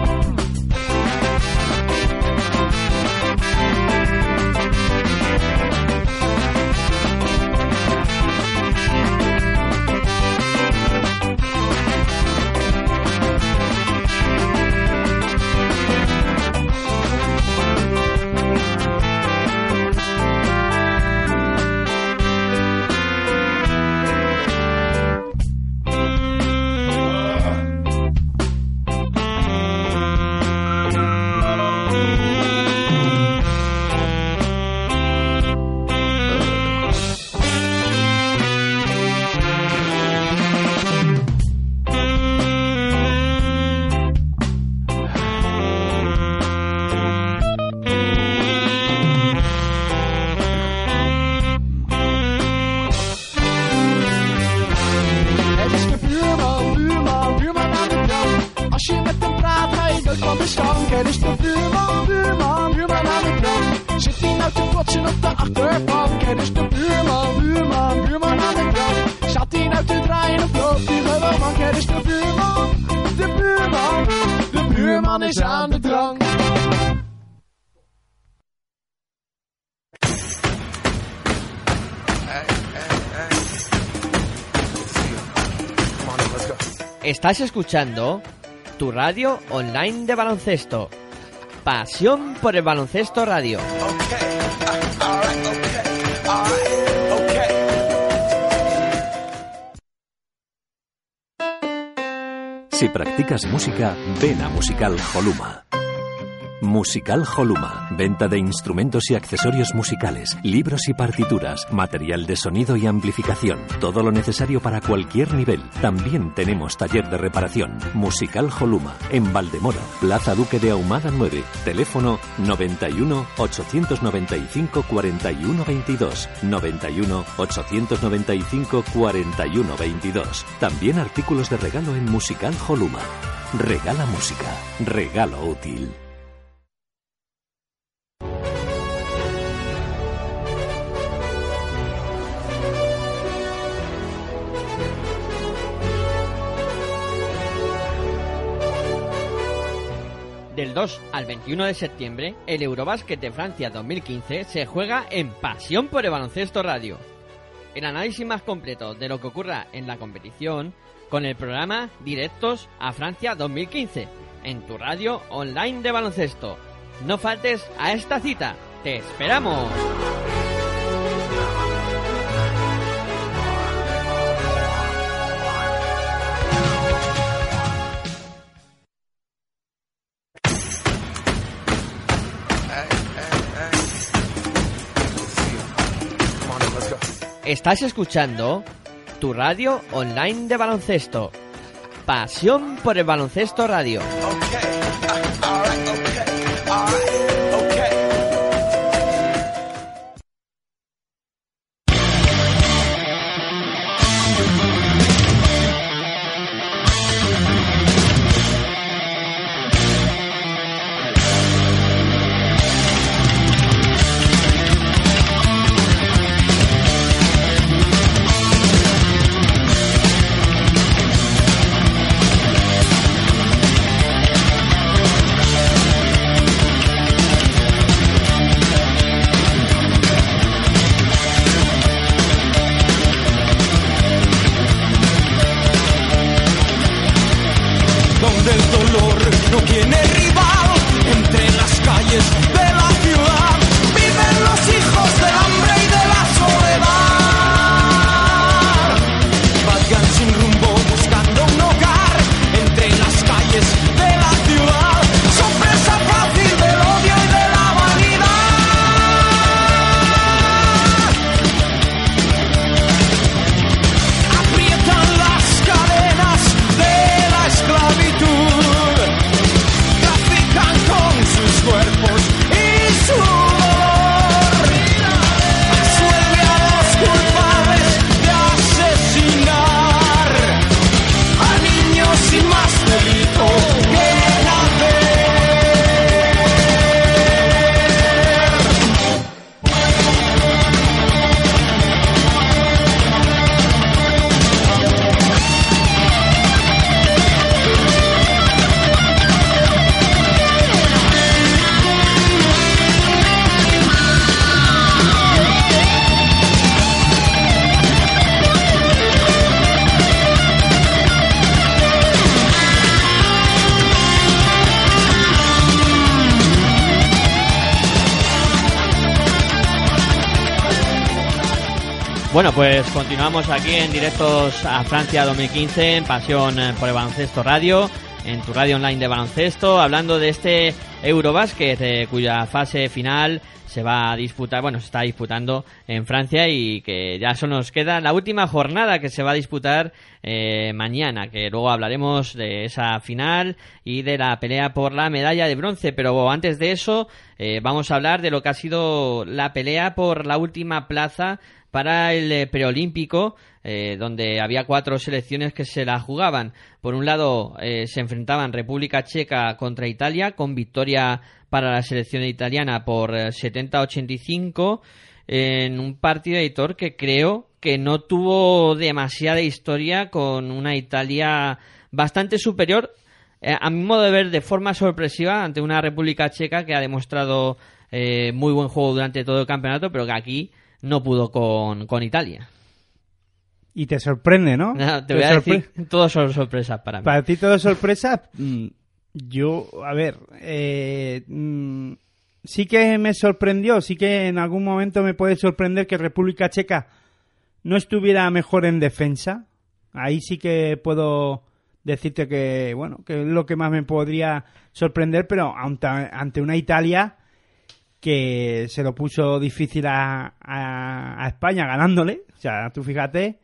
Estás escuchando tu radio online de baloncesto. Pasión por el baloncesto radio. Si practicas música, ven a Musical Holuma. Musical Holuma, venta de instrumentos y accesorios musicales, libros y partituras, material de sonido y amplificación, todo lo necesario para cualquier nivel. También tenemos taller de reparación. Musical Holuma, en Valdemoro, Plaza Duque de Ahumada 9, teléfono 91 895 41 22, 91 895 41 22. También artículos de regalo en Musical Holuma. Regala música, regalo útil. Del 2 al 21 de septiembre, el Eurobásquet de Francia 2015 se juega en Pasión por el Baloncesto Radio. El análisis más completo de lo que ocurra en la competición con el programa Directos a Francia 2015 en tu radio online de baloncesto. No faltes a esta cita. ¡Te esperamos! Estás escuchando tu radio online de baloncesto. Pasión por el baloncesto radio. Bueno, pues continuamos aquí en directos a Francia 2015 en Pasión por el Baloncesto Radio, en tu radio online de baloncesto, hablando de este Eurobasket, cuya fase final se va a disputar, bueno, se está disputando en Francia y que ya solo nos queda la última jornada que se va a disputar mañana, que luego hablaremos de esa final y de la pelea por la medalla de bronce, pero antes de eso vamos a hablar de lo que ha sido la pelea por la última plaza para el preolímpico, donde había 4 selecciones que se la jugaban. Por un lado se enfrentaban República Checa contra Italia, con victoria para la selección italiana por 70-85, en un partido, editor, que creo que no tuvo demasiada historia, con una Italia bastante superior, a mi modo de ver, de forma sorpresiva, ante una República Checa que ha demostrado muy buen juego durante todo el campeonato, pero que aquí no pudo con Italia. Y te sorprende, ¿no? No, te voy a decir, todo son sorpresas para mí. Para ti todo es sorpresa. Yo, a ver, sí que me sorprendió, sí que en algún momento me puede sorprender que República Checa no estuviera mejor en defensa. Ahí sí que puedo decirte que, bueno, que es lo que más me podría sorprender, pero ante una Italia que se lo puso difícil a España ganándole. O sea, tú fíjate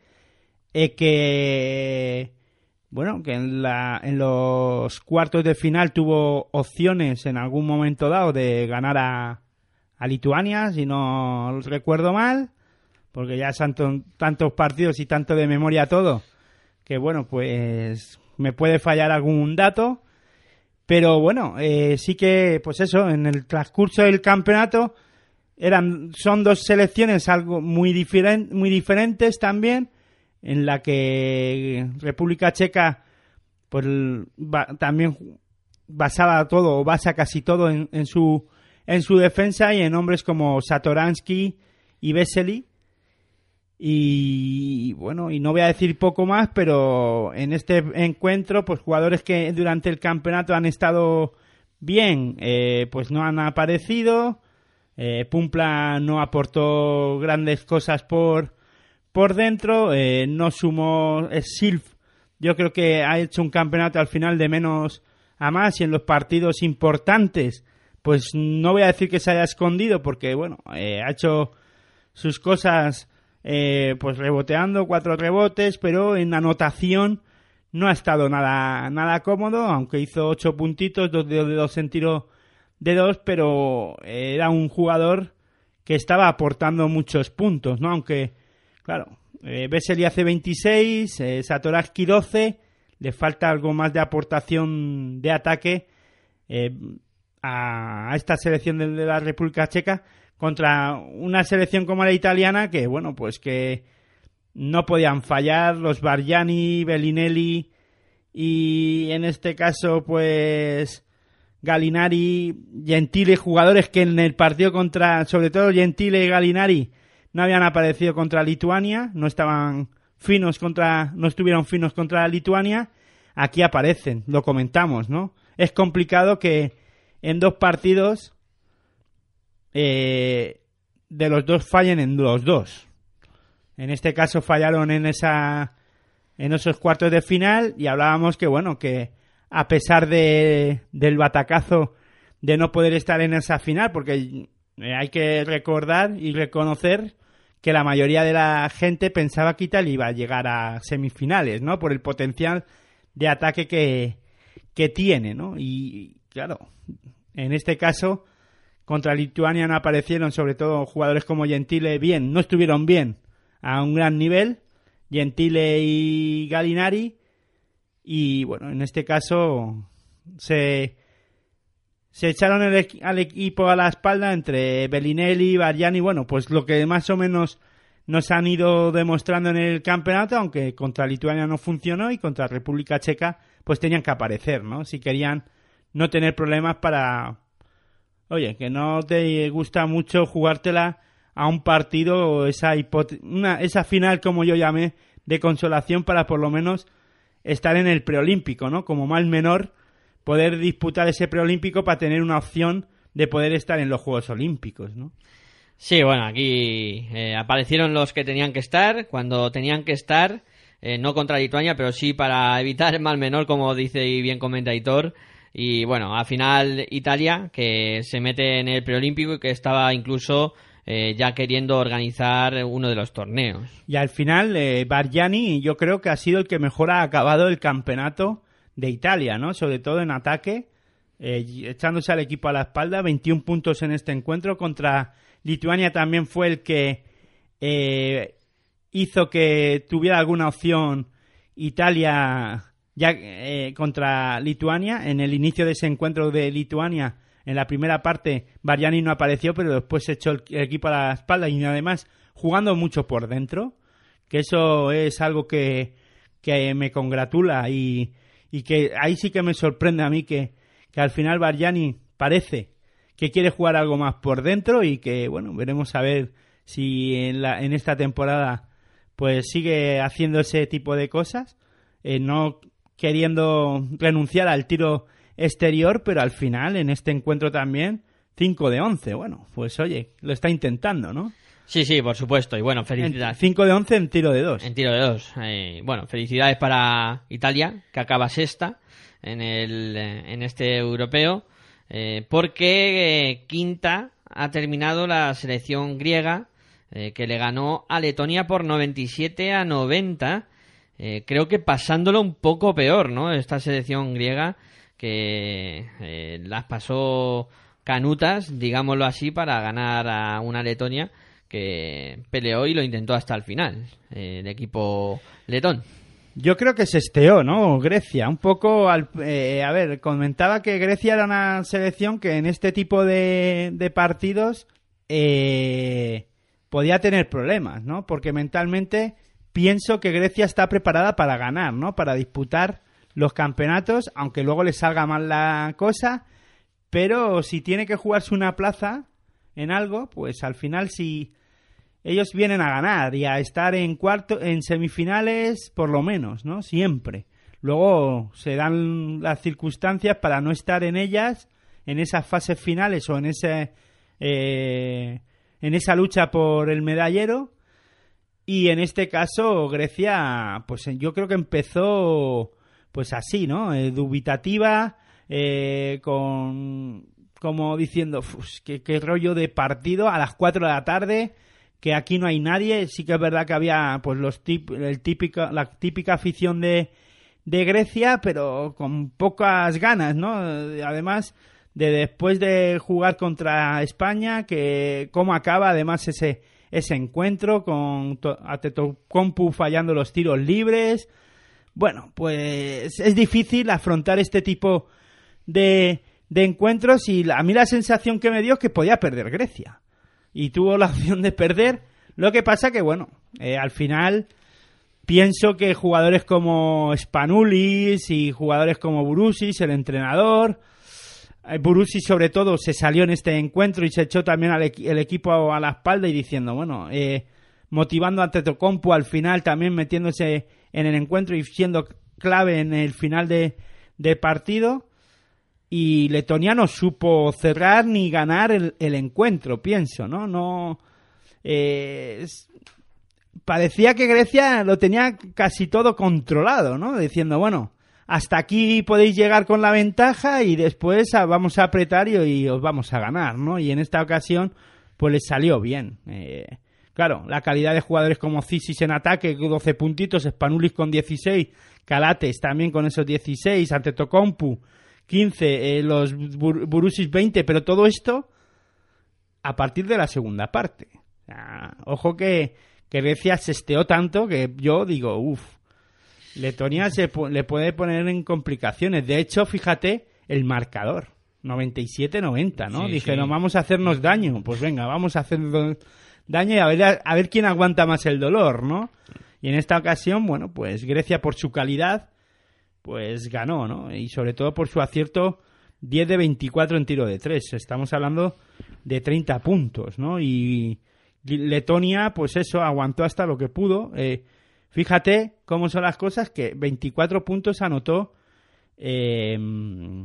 que, bueno, que en los cuartos de final tuvo opciones en algún momento dado de ganar a Lituania, si no recuerdo mal, porque ya son tantos partidos y tanto de memoria todo, que bueno, pues me puede fallar algún dato. Pero bueno, sí que, pues eso, en el transcurso del campeonato son 2 selecciones algo muy diferentes también, en la que República Checa pues también basa casi todo en su defensa y en hombres como Satoransky y Vesely. Y bueno, y no voy a decir poco más, pero en este encuentro, pues jugadores que durante el campeonato han estado bien, pues no han aparecido. Pumpla no aportó grandes cosas por dentro, no sumó Silf. Yo creo que ha hecho un campeonato al final de menos a más, y en los partidos importantes, pues no voy a decir que se haya escondido, porque bueno, ha hecho sus cosas. Pues reboteando, 4 rebotes, pero en anotación no ha estado nada cómodo, aunque hizo 8 puntitos, 2 de 2 en tiro de 2, pero era un jugador que estaba aportando muchos puntos, ¿no? Aunque, claro, Vesely hace 26, Satoransky 12, le falta algo más de aportación de ataque a esta selección de la República Checa, contra una selección como la italiana, que bueno, pues que no podían fallar los Bargiani, Bellinelli y en este caso pues Gallinari, Gentile, jugadores que en el partido sobre todo Gentile y Gallinari, no habían aparecido contra Lituania, no estuvieron finos contra Lituania. Aquí aparecen, lo comentamos, ¿no? Es complicado que en 2 partidos de los 2 fallen en los 2. En este caso fallaron en esos cuartos de final, y hablábamos que bueno, que a pesar del batacazo de no poder estar en esa final, porque hay que recordar y reconocer que la mayoría de la gente pensaba que Italia iba a llegar a semifinales, ¿no? Por el potencial de ataque que tiene, ¿no? Y claro, en este caso contra Lituania no aparecieron, sobre todo jugadores como Gentile, no estuvieron bien a un gran nivel, Gentile y Gallinari, y bueno, en este caso se echaron al equipo a la espalda entre Bellinelli y Bargiani, bueno, pues lo que más o menos nos han ido demostrando en el campeonato, aunque contra Lituania no funcionó y contra República Checa pues tenían que aparecer, ¿no? Si querían no tener problemas para... Oye, que no te gusta mucho jugártela a un partido o esa final, como yo llamé, de consolación para por lo menos estar en el preolímpico, ¿no? Como mal menor, poder disputar ese preolímpico para tener una opción de poder estar en los Juegos Olímpicos, ¿no? Sí, bueno, aquí aparecieron los que tenían que estar, cuando tenían que estar, no contra Lituania, pero sí para evitar el mal menor, como dice y bien comenta Aitor. Y bueno, al final Italia, que se mete en el preolímpico y que estaba incluso ya queriendo organizar uno de los torneos. Y al final, Bargiani yo creo que ha sido el que mejor ha acabado el campeonato de Italia, ¿no? Sobre todo en ataque, echándose al equipo a la espalda, 21 puntos en este encuentro. Contra Lituania también fue el que hizo que tuviera alguna opción Italia ya contra Lituania. En el inicio de ese encuentro de Lituania, en la primera parte, Bargiani no apareció, pero después se echó el equipo a la espalda y además jugando mucho por dentro, que eso es algo que me congratula y que ahí sí que me sorprende a mí que al final Bargiani parece que quiere jugar algo más por dentro y que, bueno, veremos a ver si en esta temporada pues sigue haciendo ese tipo de cosas, no queriendo renunciar al tiro exterior, pero al final en este encuentro también 5 de 11. Bueno, pues oye, lo está intentando, ¿no? Sí, por supuesto. Y bueno, felicidades. 5 de 11 en tiro de 2. En tiro de 2. Bueno, felicidades para Italia, que acaba sexta en este europeo, porque quinta ha terminado la selección griega, que le ganó a Letonia por 97-90. Creo que pasándolo un poco peor, ¿no? Esta selección griega que las pasó canutas, digámoslo así, para ganar a una Letonia que peleó y lo intentó hasta el final, el equipo letón. Yo creo que se esteó, ¿no? Grecia, un poco a ver, comentaba que Grecia era una selección que en este tipo de partidos podía tener problemas, ¿no? Porque mentalmente pienso que Grecia está preparada para ganar, ¿no? Para disputar los campeonatos, aunque luego le salga mal la cosa, pero si tiene que jugarse una plaza en algo, pues al final si ellos vienen a ganar y a estar en semifinales por lo menos, ¿no? Siempre. Luego se dan las circunstancias para no estar en ellas, en esas fases finales o en esa lucha por el medallero. Y en este caso Grecia, pues yo creo que empezó pues así, ¿no? Dubitativa, como diciendo, qué rollo de partido a las 4 de la tarde, que aquí no hay nadie. Sí que es verdad que había pues la típica afición de Grecia, pero con pocas ganas, ¿no? Además de después de jugar contra España, que cómo acaba además ese encuentro con Antetokounmpo fallando los tiros libres. Bueno, pues es difícil afrontar este tipo de encuentros y a mí la sensación que me dio es que podía perder Grecia. Y tuvo la opción de perder. Lo que pasa que, bueno, al final pienso que jugadores como Spanoulis y jugadores como Bourousis, el entrenador, Bourousis sobre todo se salió en este encuentro y se echó también el equipo a la espalda y diciendo, bueno, motivando a Antetokounmpo al final, también metiéndose en el encuentro y siendo clave en el final de partido. Y Letonia no supo cerrar ni ganar el encuentro, pienso, ¿no? Parecía que Grecia lo tenía casi todo controlado, ¿no? Diciendo, bueno, hasta aquí podéis llegar con la ventaja y después vamos a apretar y os vamos a ganar, ¿no? Y en esta ocasión, pues les salió bien. Claro, la calidad de jugadores como Zisis en ataque, 12 puntitos, Spanoulis con 16, Calates también con esos 16, Antetokounmpo 15, los Bourousis 20, pero todo esto a partir de la segunda parte. O sea, ojo que Grecia se esteó tanto que yo digo, Letonia le puede poner en complicaciones. De hecho, fíjate el marcador, 97-90, ¿no? Sí, Dije, sí. no, vamos a hacernos daño. Pues venga, vamos a hacernos daño y a ver quién aguanta más el dolor, ¿no? Y en esta ocasión, bueno, pues Grecia por su calidad pues ganó, ¿no? Y sobre todo por su acierto 10 de 24 en tiro de 3. Estamos hablando de 30 puntos, ¿no? Y Letonia, pues eso, aguantó hasta lo que pudo. Fíjate cómo son las cosas, que 24 puntos anotó...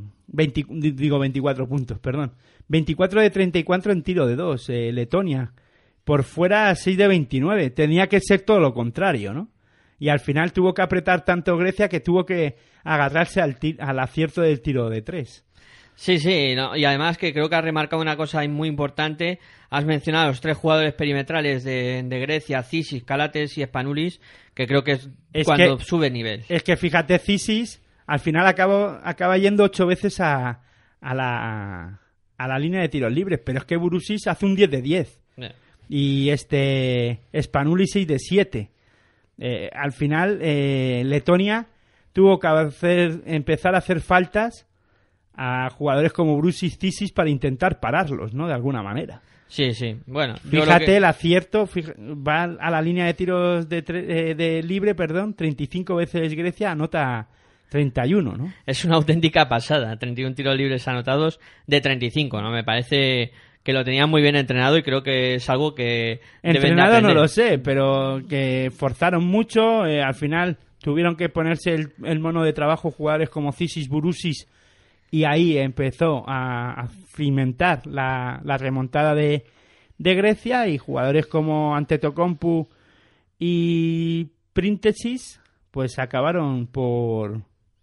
24 puntos, perdón. 24 de 34 en tiro de 2. Letonia por fuera 6 de 29. Tenía que ser todo lo contrario, ¿no? Y al final tuvo que apretar tanto Grecia que tuvo que agarrarse al acierto del tiro de 3. Sí, no, y además que creo que has remarcado una cosa muy importante. Has mencionado a los 3 jugadores perimetrales de Grecia, Zisis, Kalates y Spanoulis, que creo que es cuando sube el nivel. Es que fíjate, Zisis al final acaba yendo 8 veces a la línea de tiros libres, pero es que Burusis hace un 10 de 10. Y Spanoulis 6 de 7. Al final Letonia tuvo que empezar a hacer faltas a jugadores como Brusis, Zisis para intentar pararlos, ¿no? De alguna manera. Sí. Bueno, fíjate el acierto, va a la línea de tiros de libre, 35 veces Grecia, anota 31, ¿no? Es una auténtica pasada, 31 tiros libres anotados de 35, ¿no? Me parece que lo tenían muy bien entrenado y creo que es algo que entrenado no lo sé, pero que forzaron mucho, al final tuvieron que ponerse el mono de trabajo jugadores como Zisis, Burusis, y ahí empezó a cimentar la remontada de Grecia, y jugadores como Antetokounmpo y Printezis pues acabaron por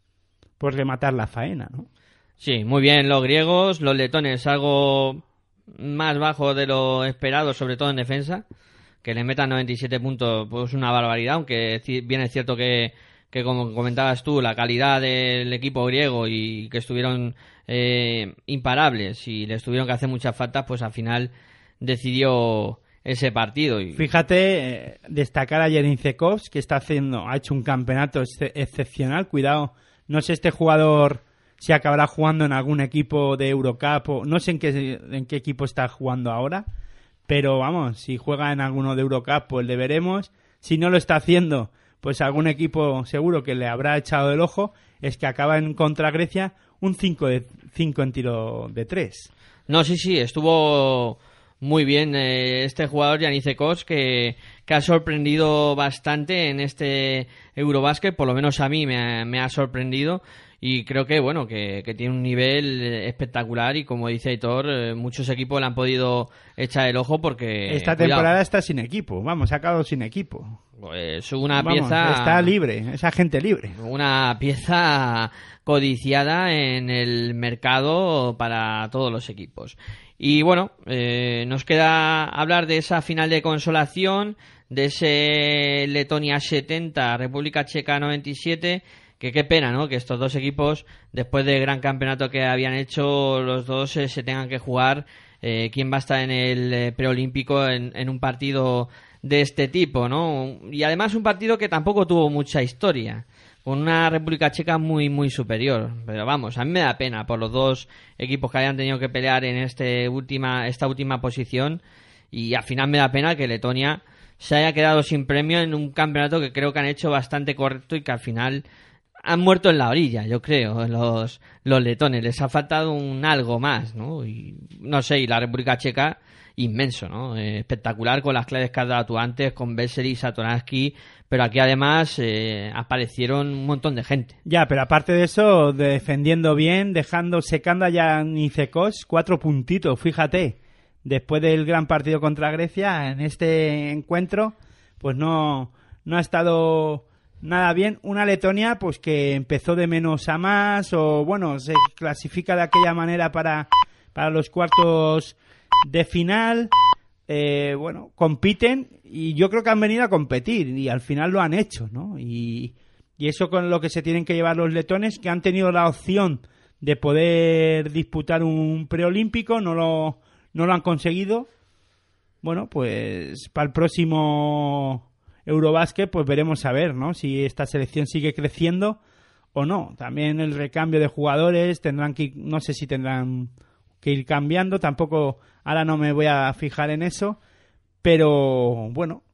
rematar la faena, ¿no? Sí, muy bien los griegos, los letones algo más bajo de lo esperado, sobre todo en defensa, que le metan 97 puntos, pues una barbaridad, aunque bien es cierto que como comentabas tú, la calidad del equipo griego y que estuvieron imparables y les tuvieron que hacer muchas faltas, pues al final decidió ese partido. Fíjate, destacar a Jerincekovs, que ha hecho un campeonato excepcional. Cuidado, no sé este jugador si acabará jugando en algún equipo de Eurocup, o no sé en qué equipo está jugando ahora, pero vamos, si juega en alguno de Eurocup, pues le veremos. Si no lo está haciendo, pues algún equipo seguro que le habrá echado el ojo. Es que acaba en contra Grecia un 5 de 5 en tiro de 3. No, sí, estuvo muy bien este jugador Giannis que ha sorprendido bastante en este Eurobasket, por lo menos a mí me ha sorprendido, y creo que bueno que tiene un nivel espectacular, y como dice Aitor, muchos equipos le han podido echar el ojo porque esta temporada está sin equipo, ha acabado sin equipo. Pues una pieza... Está libre, es agente libre. Una pieza codiciada en el mercado para todos los equipos. Y bueno, nos queda hablar de esa final de consolación, de ese Letonia 70, República Checa 97, que qué pena, ¿no? Que estos dos equipos, después del gran campeonato que habían hecho, los dos se tengan que jugar quién va a estar en el preolímpico en un partido de este tipo, ¿no? Y además un partido que tampoco tuvo mucha historia, con una República Checa muy muy superior. Pero vamos, a mí me da pena por los dos equipos que hayan tenido que pelear en esta última posición, y al final me da pena que Letonia se haya quedado sin premio en un campeonato que creo que han hecho bastante correcto, y que al final han muerto en la orilla, yo creo, los letones. Les ha faltado un algo más, ¿no? Y no sé, y la República Checa inmenso, ¿no? Espectacular, con las claves que has dado tú antes, con Vesely y Satoransky, pero aquí además aparecieron un montón de gente. Ya, pero aparte de eso, defendiendo bien, secando a Giannis, 4 puntitos, fíjate, después del gran partido contra Grecia, en este encuentro, pues no ha estado nada bien. Una Letonia pues que empezó de menos a más, o bueno, se clasifica de aquella manera para los cuartos de final. Bueno, compiten, y yo creo que han venido a competir, y al final lo han hecho, ¿no? Y eso con lo que se tienen que llevar los letones, que han tenido la opción de poder disputar un preolímpico, no lo han conseguido. Bueno, pues para el próximo Eurobasket pues veremos a ver, ¿no? Si esta selección sigue creciendo o no. También el recambio de jugadores no sé si tendrán que ir cambiando, tampoco ahora no me voy a fijar en eso, pero bueno,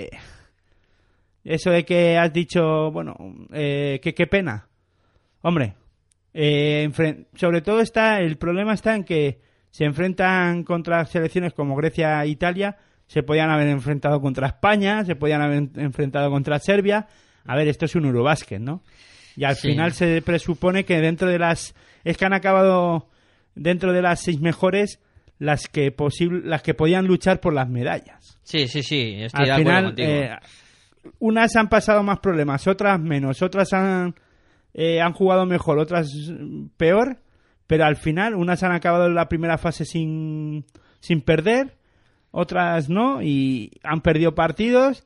eso de que has dicho, bueno, que qué pena, hombre, sobre todo el problema está en que se enfrentan contra selecciones como Grecia e Italia. Se podían haber enfrentado contra España, se podían haber enfrentado contra Serbia. A ver, esto es un Eurobasket, ¿no? Y al final se presupone que es que han acabado dentro de las 6 mejores las que podían luchar por las medallas. Sí, estoy de acuerdo Al contigo. final, unas han pasado más problemas, otras menos, otras han jugado mejor, otras peor, pero al final unas han acabado en la primera fase sin perder, otras no, y han perdido partidos,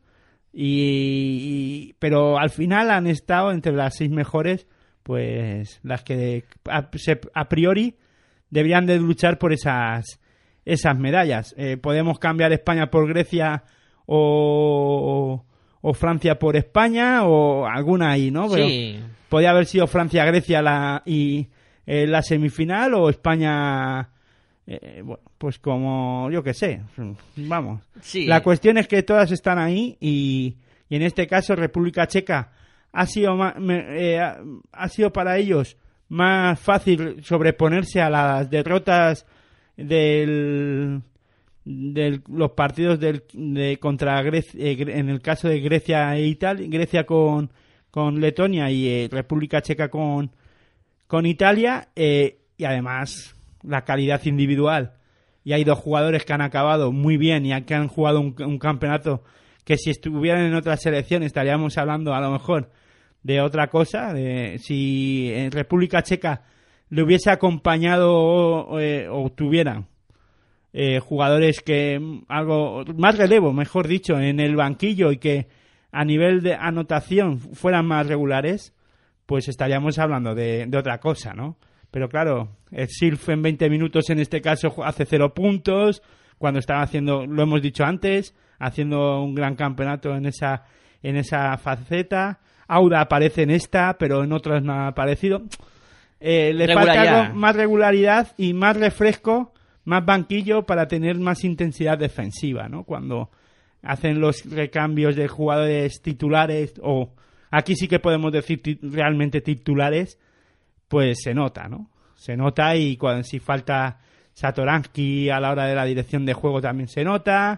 pero al final han estado entre las 6 mejores, pues las que a priori deberían de luchar por esas medallas. Podemos cambiar España por Grecia o Francia por España o alguna ahí, ¿no? Pero Sí. podía haber sido Francia-Grecia la semifinal o España, bueno, pues como yo que sé, vamos. Sí. La cuestión es que todas están ahí y en este caso República Checa ha sido para ellos más fácil sobreponerse a las derrotas los partidos contra Grecia, en el caso de Grecia e Italia, Grecia con Letonia y República Checa con Italia, y además la calidad individual, y hay 2 jugadores que han acabado muy bien y que han jugado un campeonato que si estuvieran en otra selección estaríamos hablando a lo mejor de otra cosa, de si en República Checa le hubiese acompañado o tuvieran jugadores que algo más relevo, mejor dicho, en el banquillo y que a nivel de anotación fueran más regulares, pues estaríamos hablando de otra cosa, ¿no? Pero claro, el Silf en 20 minutos en este caso hace 0 puntos, cuando estaba haciendo, lo hemos dicho antes, haciendo un gran campeonato en esa faceta. Auda aparece en esta, pero en otras no ha aparecido. Le falta algo, más regularidad y más refresco, más banquillo para tener más intensidad defensiva, ¿no? Cuando hacen los recambios de jugadores titulares, o aquí sí que podemos decir realmente titulares, pues se nota, ¿no? Se nota, y si falta Satoransky a la hora de la dirección de juego también se nota,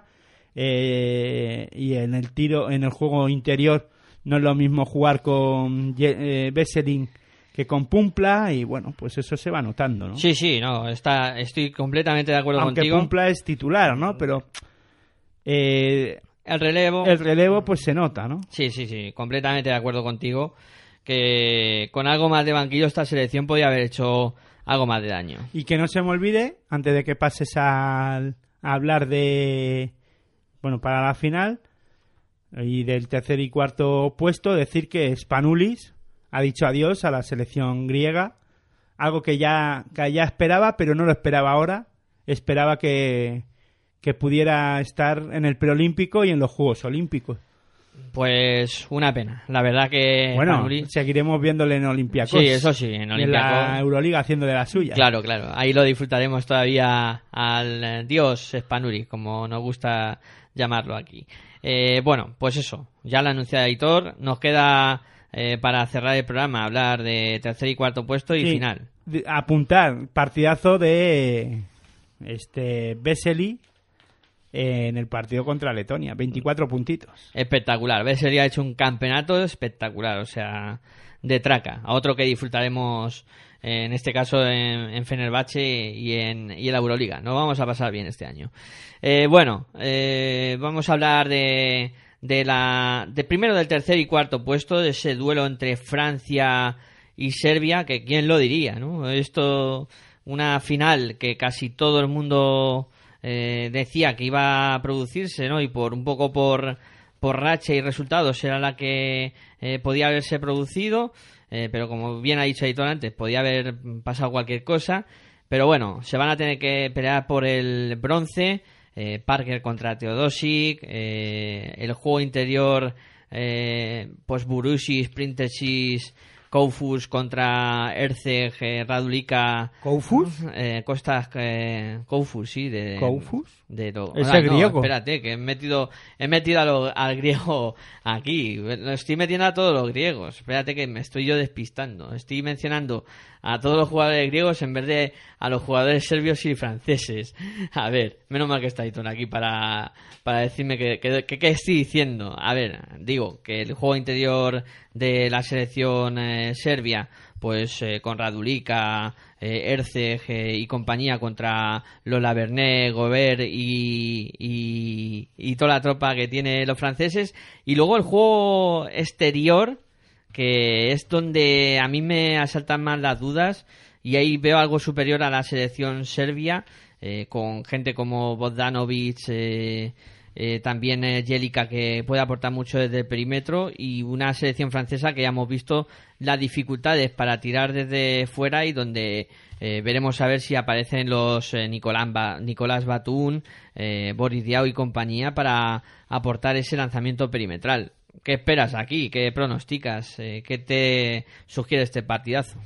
y en el juego interior no es lo mismo jugar con Veselin que con Pumpla, y bueno, pues eso se va notando, ¿no? Sí, no, estoy completamente de acuerdo Aunque contigo. Pumpla es titular, ¿no? Pero el relevo pues se nota, ¿no? Sí, completamente de acuerdo contigo, que con algo más de banquillo esta selección podía haber hecho algo más de daño. Y que no se me olvide, antes de que pases a hablar de, bueno, para la final y del tercer y cuarto puesto, decir que Spanoulis ha dicho adiós a la selección griega, algo que ya esperaba, pero no lo esperaba ahora. Esperaba que pudiera estar en el preolímpico y en los Juegos Olímpicos. Pues una pena, la verdad que bueno, Spanoulis... seguiremos viéndole en Olympiacos. Sí, eso sí, en Olympiacos. En la Euroliga haciendo de la suya. Claro, ahí lo disfrutaremos todavía al dios Spanoulis, como nos gusta llamarlo aquí. Bueno, pues eso, ya lo anunciado Aitor, nos queda para cerrar el programa hablar de tercer y cuarto puesto y final. Apuntar, partidazo de Vesely en el partido contra Letonia, 24 puntitos. Espectacular, Vesely ha hecho un campeonato espectacular, o sea, de traca. A otro que disfrutaremos, en este caso en Fenerbahce y en la Euroliga. Nos vamos a pasar bien este año. Vamos a hablar de primero del tercer y cuarto puesto, de ese duelo entre Francia y Serbia, que quién lo diría, ¿no? Esto, una final que casi todo el mundo decía que iba a producirse, ¿no? Y un poco por racha y resultados era la que podía haberse producido, pero como bien ha dicho Aitor antes, podía haber pasado cualquier cosa. Pero bueno, se van a tener que pelear por el bronce. Parker contra Teodosic, el juego interior, pues Burusis, Printezis, Koufus contra Erceg, Radulika. ¿Koufus? Koufus, sí. ¿Koufus? ¿Ese griego? Espérate, que he metido al griego aquí. Lo estoy metiendo a todos los griegos. Espérate que me estoy yo despistando. Estoy mencionando a todos los jugadores griegos en vez de a los jugadores serbios y franceses. A ver, menos mal que está Aiton aquí para decirme que estoy diciendo. A ver, digo que el juego interior de la selección serbia, pues con Raduljica, Erceg y compañía contra Lola Bernet, Gobert y toda la tropa que tiene los franceses, y luego el juego exterior, que es donde a mí me asaltan más las dudas, y ahí veo algo superior a la selección serbia, con gente como Bogdanovic, también Jelica, que puede aportar mucho desde el perímetro, y una selección francesa que ya hemos visto las dificultades para tirar desde fuera, y donde veremos a ver si aparecen los Nicolás Batum, Boris Diaw y compañía para aportar ese lanzamiento perimetral. ¿Qué esperas aquí? ¿Qué pronosticas? ¿Qué te sugiere este partidazo?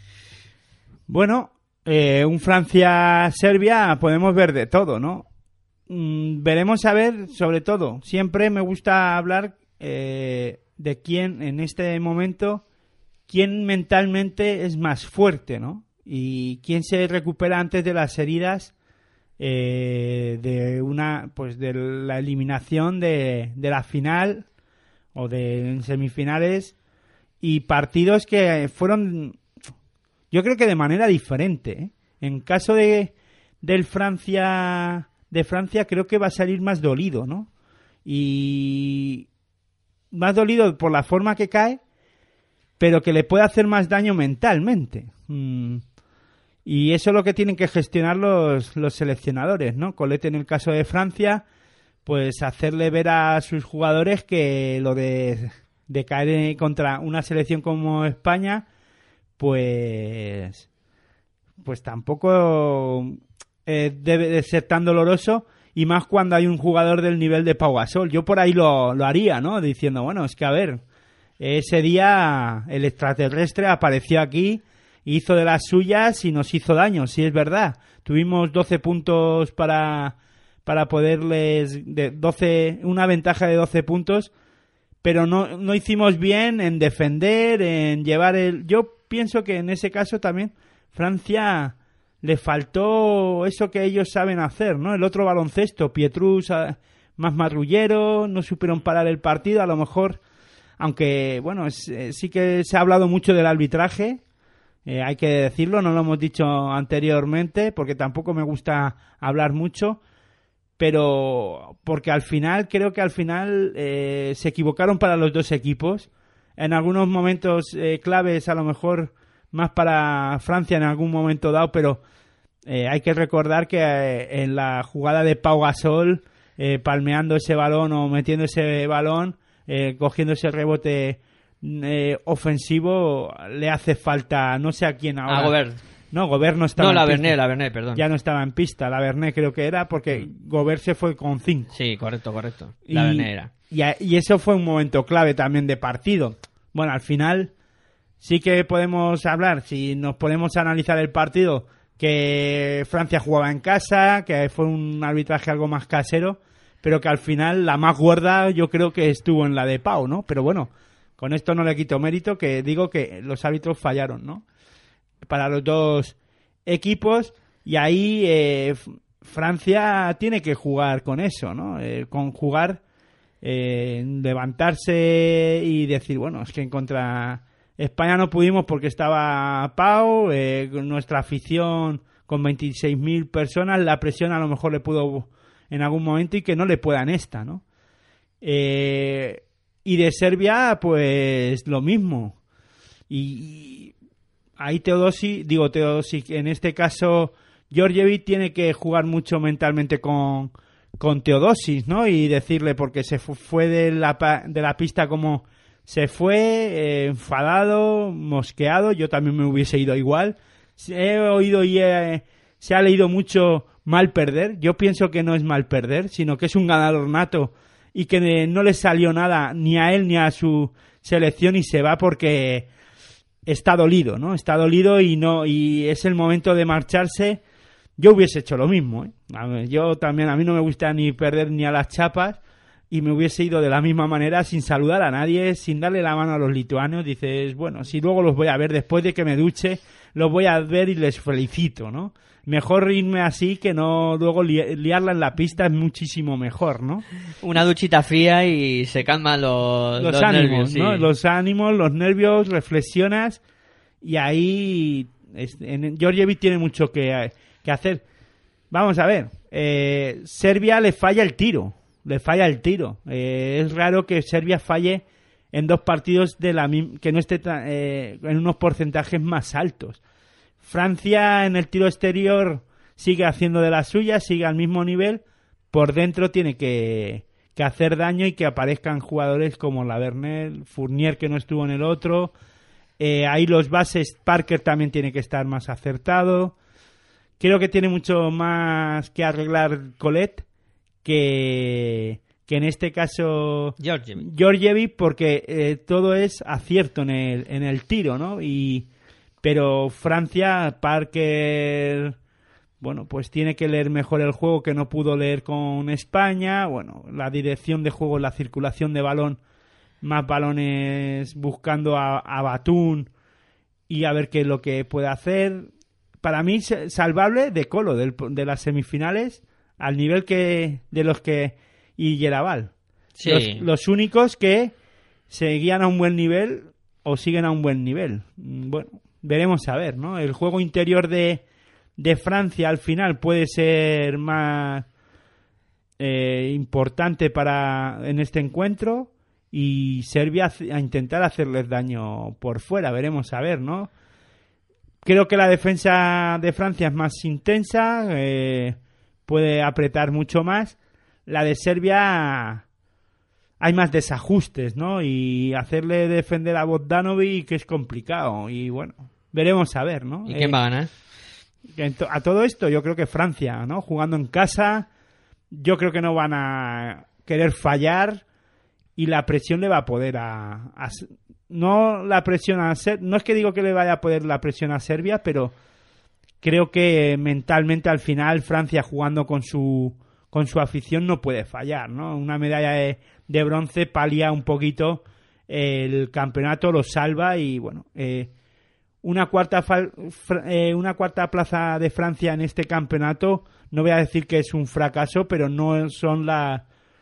Bueno, un Francia-Serbia podemos ver de todo, ¿no? Veremos a ver, sobre todo, siempre me gusta hablar de quién en este momento, quién mentalmente es más fuerte, ¿no? Y quién se recupera antes de las heridas de la eliminación de la final o de semifinales, y partidos que fueron, yo creo que de manera diferente, ¿eh? En caso de Francia, creo que va a salir más dolido, ¿no? Y más dolido por la forma que cae, pero que le puede hacer más daño mentalmente. Y eso es lo que tienen que gestionar los seleccionadores, ¿no? Colete, en el caso de Francia, pues hacerle ver a sus jugadores que lo de caer contra una selección como España, pues tampoco debe de ser tan doloroso, y más cuando hay un jugador del nivel de Pau Gasol. Yo por ahí lo haría, ¿no? Diciendo, bueno, es que a ver, ese día el extraterrestre apareció aquí, hizo de las suyas y nos hizo daño, sí, es verdad. Tuvimos 12 puntos para poderles, una ventaja de 12 puntos, pero no hicimos bien en defender, en llevar yo pienso que en ese caso también Francia le faltó eso que ellos saben hacer, ¿no? El otro baloncesto, Pietrus más marrullero, no supieron parar el partido, a lo mejor, aunque bueno, sí que se ha hablado mucho del arbitraje, hay que decirlo, no lo hemos dicho anteriormente porque tampoco me gusta hablar mucho, pero porque creo que al final se equivocaron para los dos equipos, en algunos momentos claves, a lo mejor más para Francia en algún momento dado, pero hay que recordar que en la jugada de Pau Gasol, palmeando ese balón o metiendo ese balón, cogiendo ese rebote ofensivo, le hace falta, no sé a quién ahora. A Gobert. No, Gobert no estaba en pista. La Vernet, perdón. Ya no estaba en pista, la Vernet creo que era, porque Gobert se fue con 5. Sí, correcto. La Vernet era. Y eso fue un momento clave también de partido. Bueno, al final sí que podemos hablar, si nos podemos analizar el partido, que Francia jugaba en casa, que fue un arbitraje algo más casero, pero que al final la más gorda yo creo que estuvo en la de Pau, ¿no? Pero bueno, con esto no le quito mérito, que digo que los árbitros fallaron, ¿no? Para los dos equipos, y ahí Francia tiene que jugar con eso, ¿no? Con jugar, levantarse y decir, bueno, es que en contra España no pudimos porque estaba Pau, nuestra afición con 26.000 personas, la presión a lo mejor le pudo en algún momento, y que no le puedan esta, ¿no? Y de Serbia, pues lo mismo. Y ahí Teodosic, en este caso Djordjevic tiene que jugar mucho mentalmente con Teodosic, ¿no? Y decirle, porque se fue de la pista como se fue, enfadado, mosqueado. Yo también me hubiese ido igual. He oído y se ha leído mucho mal perder. Yo pienso que no es mal perder, sino que es un ganador nato, y que no le salió nada ni a él ni a su selección, y se va porque está dolido, ¿no? Está dolido y es el momento de marcharse. Yo hubiese hecho lo mismo, ¿eh? Yo también, a mí no me gusta ni perder ni a las chapas, y me hubiese ido de la misma manera, sin saludar a nadie, sin darle la mano a los lituanos. Dices, bueno, si luego los voy a ver después de que me duche, los voy a ver y les felicito, ¿no? Mejor irme así que no luego liarla en la pista, es muchísimo mejor, ¿no? Una duchita fría y se calman los ánimos, nervios, ¿no? sí. Los ánimos, los nervios, reflexionas y ahí Djordjevic tiene mucho que hacer. Vamos a ver, Serbia le falla el tiro. Es raro que Serbia falle en 2 partidos que no esté en unos porcentajes más altos. Francia en el tiro exterior sigue haciendo de las suyas, sigue al mismo nivel. Por dentro tiene que hacer daño y que aparezcan jugadores como Lavernet, Fournier, que no estuvo en el otro. Ahí los bases, Parker también tiene que estar más acertado. Creo que tiene mucho más que arreglar Colette que en este caso Djordjevic, porque todo es acierto en el tiro, ¿no? Pero Francia, Parker, bueno, pues tiene que leer mejor el juego, que no pudo leer con España. Bueno, la dirección de juego, la circulación de balón, más balones buscando a Batum y a ver qué es lo que puede hacer. Para mí, salvable de Colo, de las semifinales, al nivel y Yeraval. Sí. Los únicos que seguían a un buen nivel o siguen a un buen nivel. Bueno, veremos a ver, ¿no? El juego interior de Francia al final puede ser más importante en este encuentro, y Serbia a intentar hacerles daño por fuera. Veremos a ver, ¿no? Creo que la defensa de Francia es más intensa, puede apretar mucho más. La de Serbia hay más desajustes, ¿no? Y hacerle defender a Bogdanovic, que es complicado. Y bueno, veremos a ver, ¿no? ¿Y quién va a ganar? A todo esto yo creo que Francia, ¿no? Jugando en casa, yo creo que no van a querer fallar y la presión le va a poder no la presión no es que digo que le vaya a poder la presión a Serbia, pero creo que mentalmente al final Francia, jugando con su afición, no puede fallar, ¿no? Una medalla de bronce palía un poquito el campeonato, lo salva, y bueno, una cuarta plaza de Francia en este campeonato, no voy a decir que es un fracaso, pero no son las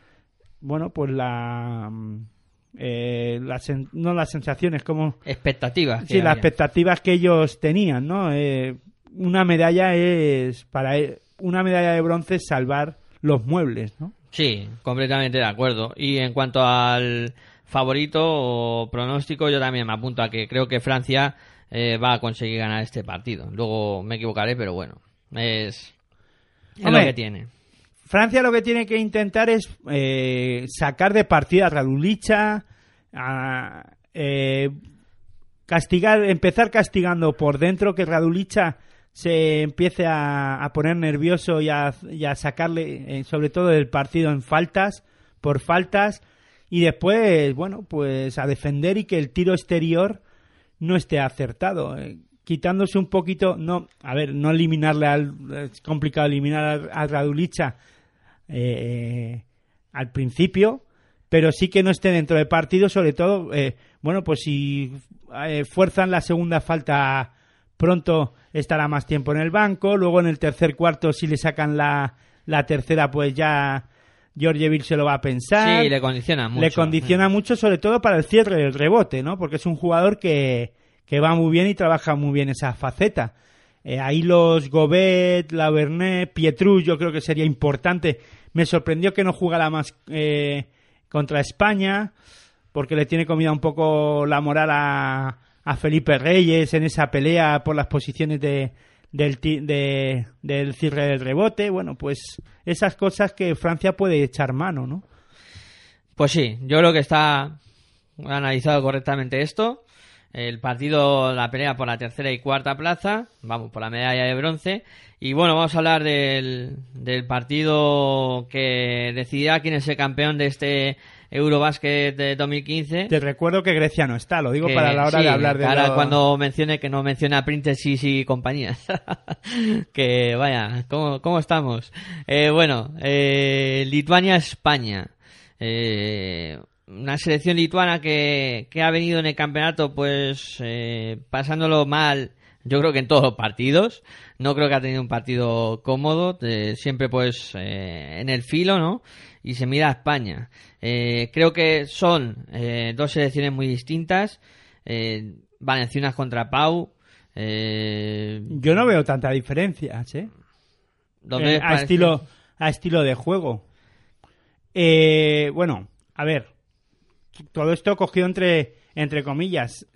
sensaciones, como expectativas. Sí, las expectativas que ellos tenían, ¿no? Una medalla de bronce es salvar los muebles, ¿no? Sí, completamente de acuerdo. Y en cuanto al favorito o pronóstico, yo también me apunto a que creo que Francia va a conseguir ganar este partido. Luego me equivocaré, pero bueno, es lo que tiene. Francia lo que tiene que intentar es sacar de partida a Radulica, empezar castigando por dentro, que Radulica se empiece a poner nervioso y a sacarle, sobre todo del partido por faltas, y después, bueno, pues a defender y que el tiro exterior no esté acertado, quitándose un poquito, no eliminarle es complicado eliminar a Radulica al principio, pero sí que no esté dentro del partido, sobre todo, pues si fuerzan la segunda falta pronto, estará más tiempo en el banco. Luego en el tercer cuarto, si le sacan la tercera, pues ya Djordjevic se lo va a pensar. Sí, le condiciona mucho. Le condiciona mucho, sobre todo para el cierre del rebote, ¿no? Porque es un jugador que va muy bien y trabaja muy bien esa faceta. Ahí los Gobet, Lavernet, Pietrus, yo creo que sería importante. Me sorprendió que no jugara más contra España, porque le tiene comida un poco la moral a Felipe Reyes en esa pelea por las posiciones del cierre del rebote. Bueno, pues esas cosas que Francia puede echar mano, ¿no? Pues sí, yo creo que está analizado correctamente esto. El partido, la pelea por la tercera y cuarta plaza, vamos, por la medalla de bronce. Y bueno, vamos a hablar del partido que decidirá quién es el campeón de este Eurobasket de 2015. Te recuerdo que Grecia no está, lo digo para la hora de hablar de cuando mencione, que no menciona a Príntesis y compañías. Que vaya, ¿cómo estamos? Lituania-España. Una selección lituana que ha venido en el campeonato pues pasándolo mal, yo creo que en todos los partidos. No creo que ha tenido un partido cómodo, siempre pues en el filo, ¿no? Y se mira a España. Creo que son dos selecciones muy distintas, valencianas contra Pau. Yo no veo tanta diferencia, a estilo de juego. Bueno, a ver, todo esto cogido entre comillas.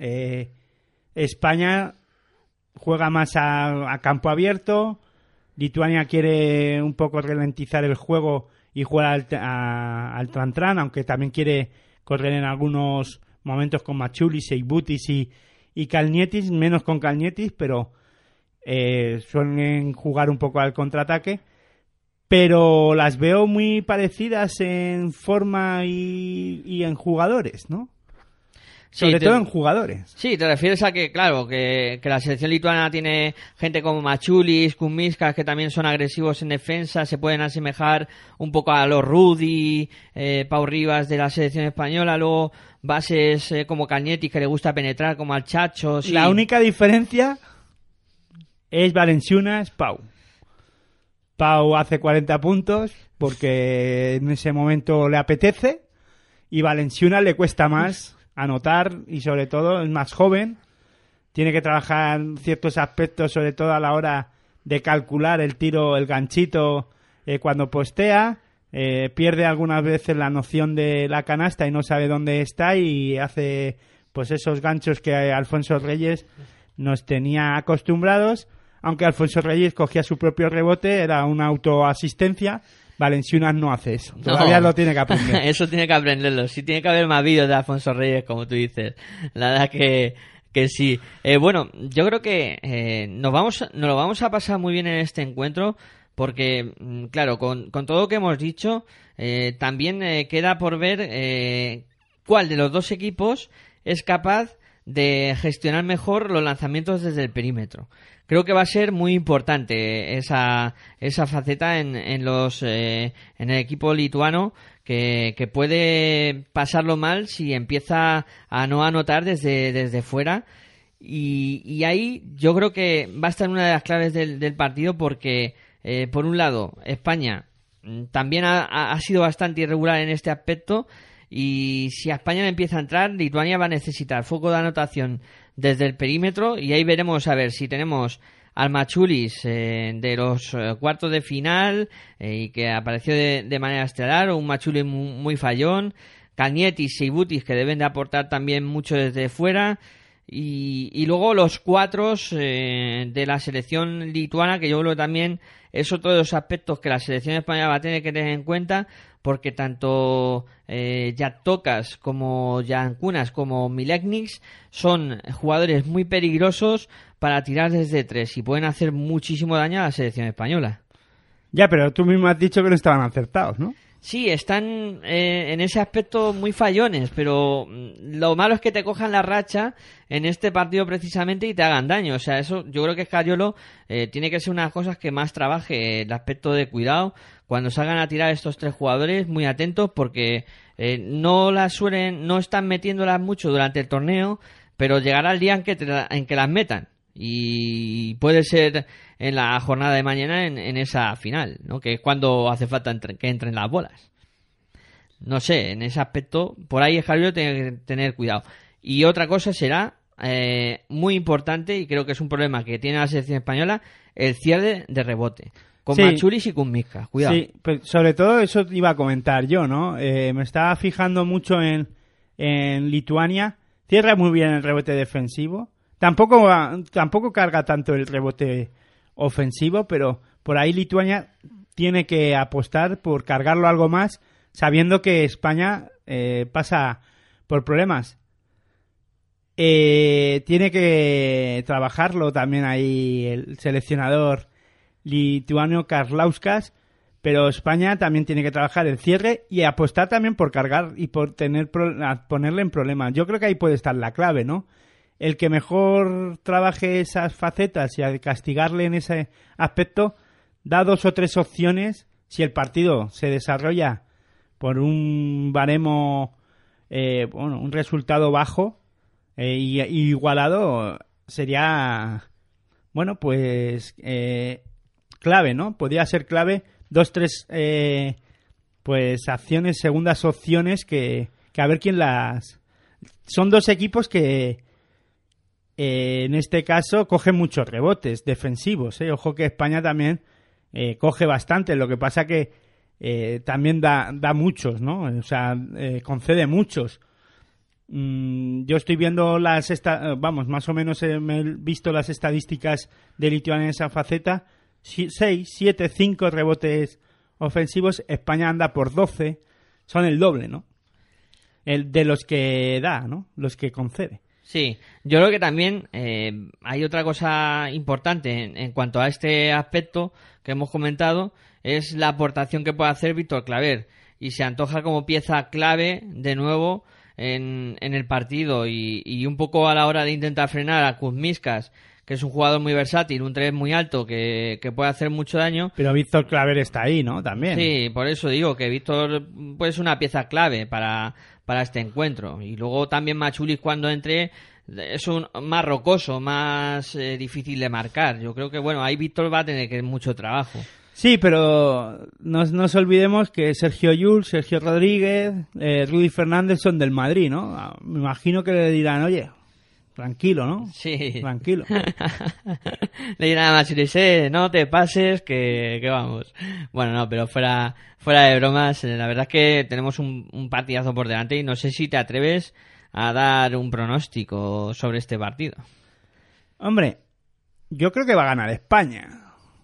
España juega más a campo abierto. Lituania quiere un poco ralentizar el juego y juega al tran-tran, aunque también quiere correr en algunos momentos con Machulis, Seibutis y Kalnietis, menos con Kalnietis, pero suelen jugar un poco al contraataque. Pero las veo muy parecidas en forma y en jugadores, ¿no? Sobre todo en jugadores. Sí, te refieres a que, claro, que la selección lituana tiene gente como Machulis, Kumiskas, que también son agresivos en defensa, se pueden asemejar un poco a los Rudy, Pau Rivas de la selección española, luego bases como Kalnietis, que le gusta penetrar, como al Chacho. Sí. La única diferencia es Valenciunas, Pau. Pau hace 40 puntos porque en ese momento le apetece, y Valenciunas le cuesta más anotar, y sobre todo es más joven, tiene que trabajar ciertos aspectos, sobre todo a la hora de calcular el tiro, el ganchito cuando postea, pierde algunas veces la noción de la canasta y no sabe dónde está, y hace pues esos ganchos que Alfonso Reyes nos tenía acostumbrados, aunque Alfonso Reyes cogía su propio rebote, era una autoasistencia. Valenciunas no hace eso. Todavía lo tiene que aprender. Eso tiene que aprenderlo. Sí, tiene que haber más vídeos de Alfonso Reyes, como tú dices. La verdad que sí. Bueno, yo creo que nos lo vamos a pasar muy bien en este encuentro, porque, claro, con todo lo que hemos dicho, también queda por ver cuál de los dos equipos es capaz de gestionar mejor los lanzamientos desde el perímetro. Creo que va a ser muy importante esa faceta en el equipo lituano, que puede pasarlo mal si empieza a no anotar desde fuera, y ahí yo creo que va a estar una de las claves del partido, porque por un lado España también ha sido bastante irregular en este aspecto, y si a España le empieza a entrar, Lituania va a necesitar foco de anotación desde el perímetro, y ahí veremos a ver si tenemos al Machulis de los cuartos de final, y que apareció de manera estelar, o un Machulis muy fallón, Kalnietis, Seibutis, que deben de aportar también mucho desde fuera, y luego los cuatros de la selección lituana, que yo creo que también es otro de los aspectos que la selección española va a tener que tener en cuenta, porque tanto Jatokas como Jankunas como Milekniks son jugadores muy peligrosos para tirar desde tres, y pueden hacer muchísimo daño a la selección española. Ya, pero tú mismo has dicho que no estaban acertados, ¿no? Sí, están en ese aspecto muy fallones, pero lo malo es que te cojan la racha en este partido precisamente y te hagan daño. O sea, eso yo creo que Scariolo tiene que ser una de las cosas que más trabaje, el aspecto de cuidado cuando salgan a tirar estos tres jugadores, muy atentos, porque no están metiéndolas mucho durante el torneo, pero llegará el día en que las metan, y puede ser en la jornada de mañana en esa final, ¿no? Que es cuando hace falta que entren las bolas. No sé, en ese aspecto, por ahí Scariolo tiene que tener cuidado. Y otra cosa será muy importante, y creo que es un problema que tiene la selección española, el cierre de rebote. Con Machulis y con Miskas, cuidado. Sí, pues sobre todo eso iba a comentar yo, ¿no? Me estaba fijando mucho en Lituania. Cierra muy bien el rebote defensivo. Tampoco carga tanto el rebote ofensivo, pero por ahí Lituania tiene que apostar por cargarlo algo más, sabiendo que España pasa por problemas. Tiene que trabajarlo también ahí el seleccionador lituano Karlauskas, pero España también tiene que trabajar el cierre y apostar también por cargar y por ponerle en problemas. Yo creo que ahí puede estar la clave, ¿no? El que mejor trabaje esas facetas y al castigarle en ese aspecto da 2 o 3 opciones. Si el partido se desarrolla por un baremo, un resultado bajo y igualado sería, pues clave, ¿no? Podría ser clave 2-3 pues acciones, segundas opciones que a ver quién las... Son dos equipos que en este caso cogen muchos rebotes defensivos, ¿eh? Ojo que España también coge bastante, lo que pasa que también da muchos, ¿no? O sea, concede muchos. Yo estoy viendo más o menos me he visto las estadísticas de Lituania en esa faceta. 6, 7, 5 rebotes ofensivos. España anda por 12. Son el doble, ¿no? El de los que da, ¿no? Los que concede. Sí, yo creo que también hay otra cosa importante en cuanto a este aspecto que hemos comentado, es la aportación que puede hacer Víctor Claver, y se antoja como pieza clave de nuevo en el partido, y un poco a la hora de intentar frenar a Kuzmiskas, que es un jugador muy versátil, un 3 muy alto que puede hacer mucho daño. Pero Víctor Claver está ahí, ¿no? También. Sí, por eso digo que Víctor pues, es una pieza clave para este encuentro. Y luego también Machulis, cuando entre, es más rocoso, más difícil de marcar. Yo creo que, ahí Víctor va a tener que mucho trabajo. Sí, pero no nos olvidemos que Sergio Llull, Sergio Rodríguez, Rudy Fernández son del Madrid, ¿no? Me imagino que le dirán, oye, tranquilo, ¿no? Sí. Tranquilo. Le dirán a Machulis, no te pases, que vamos. Bueno, no, pero fuera de bromas, la verdad es que tenemos un partidazo por delante y no sé si te atreves a dar un pronóstico sobre este partido. Hombre, yo creo que va a ganar España.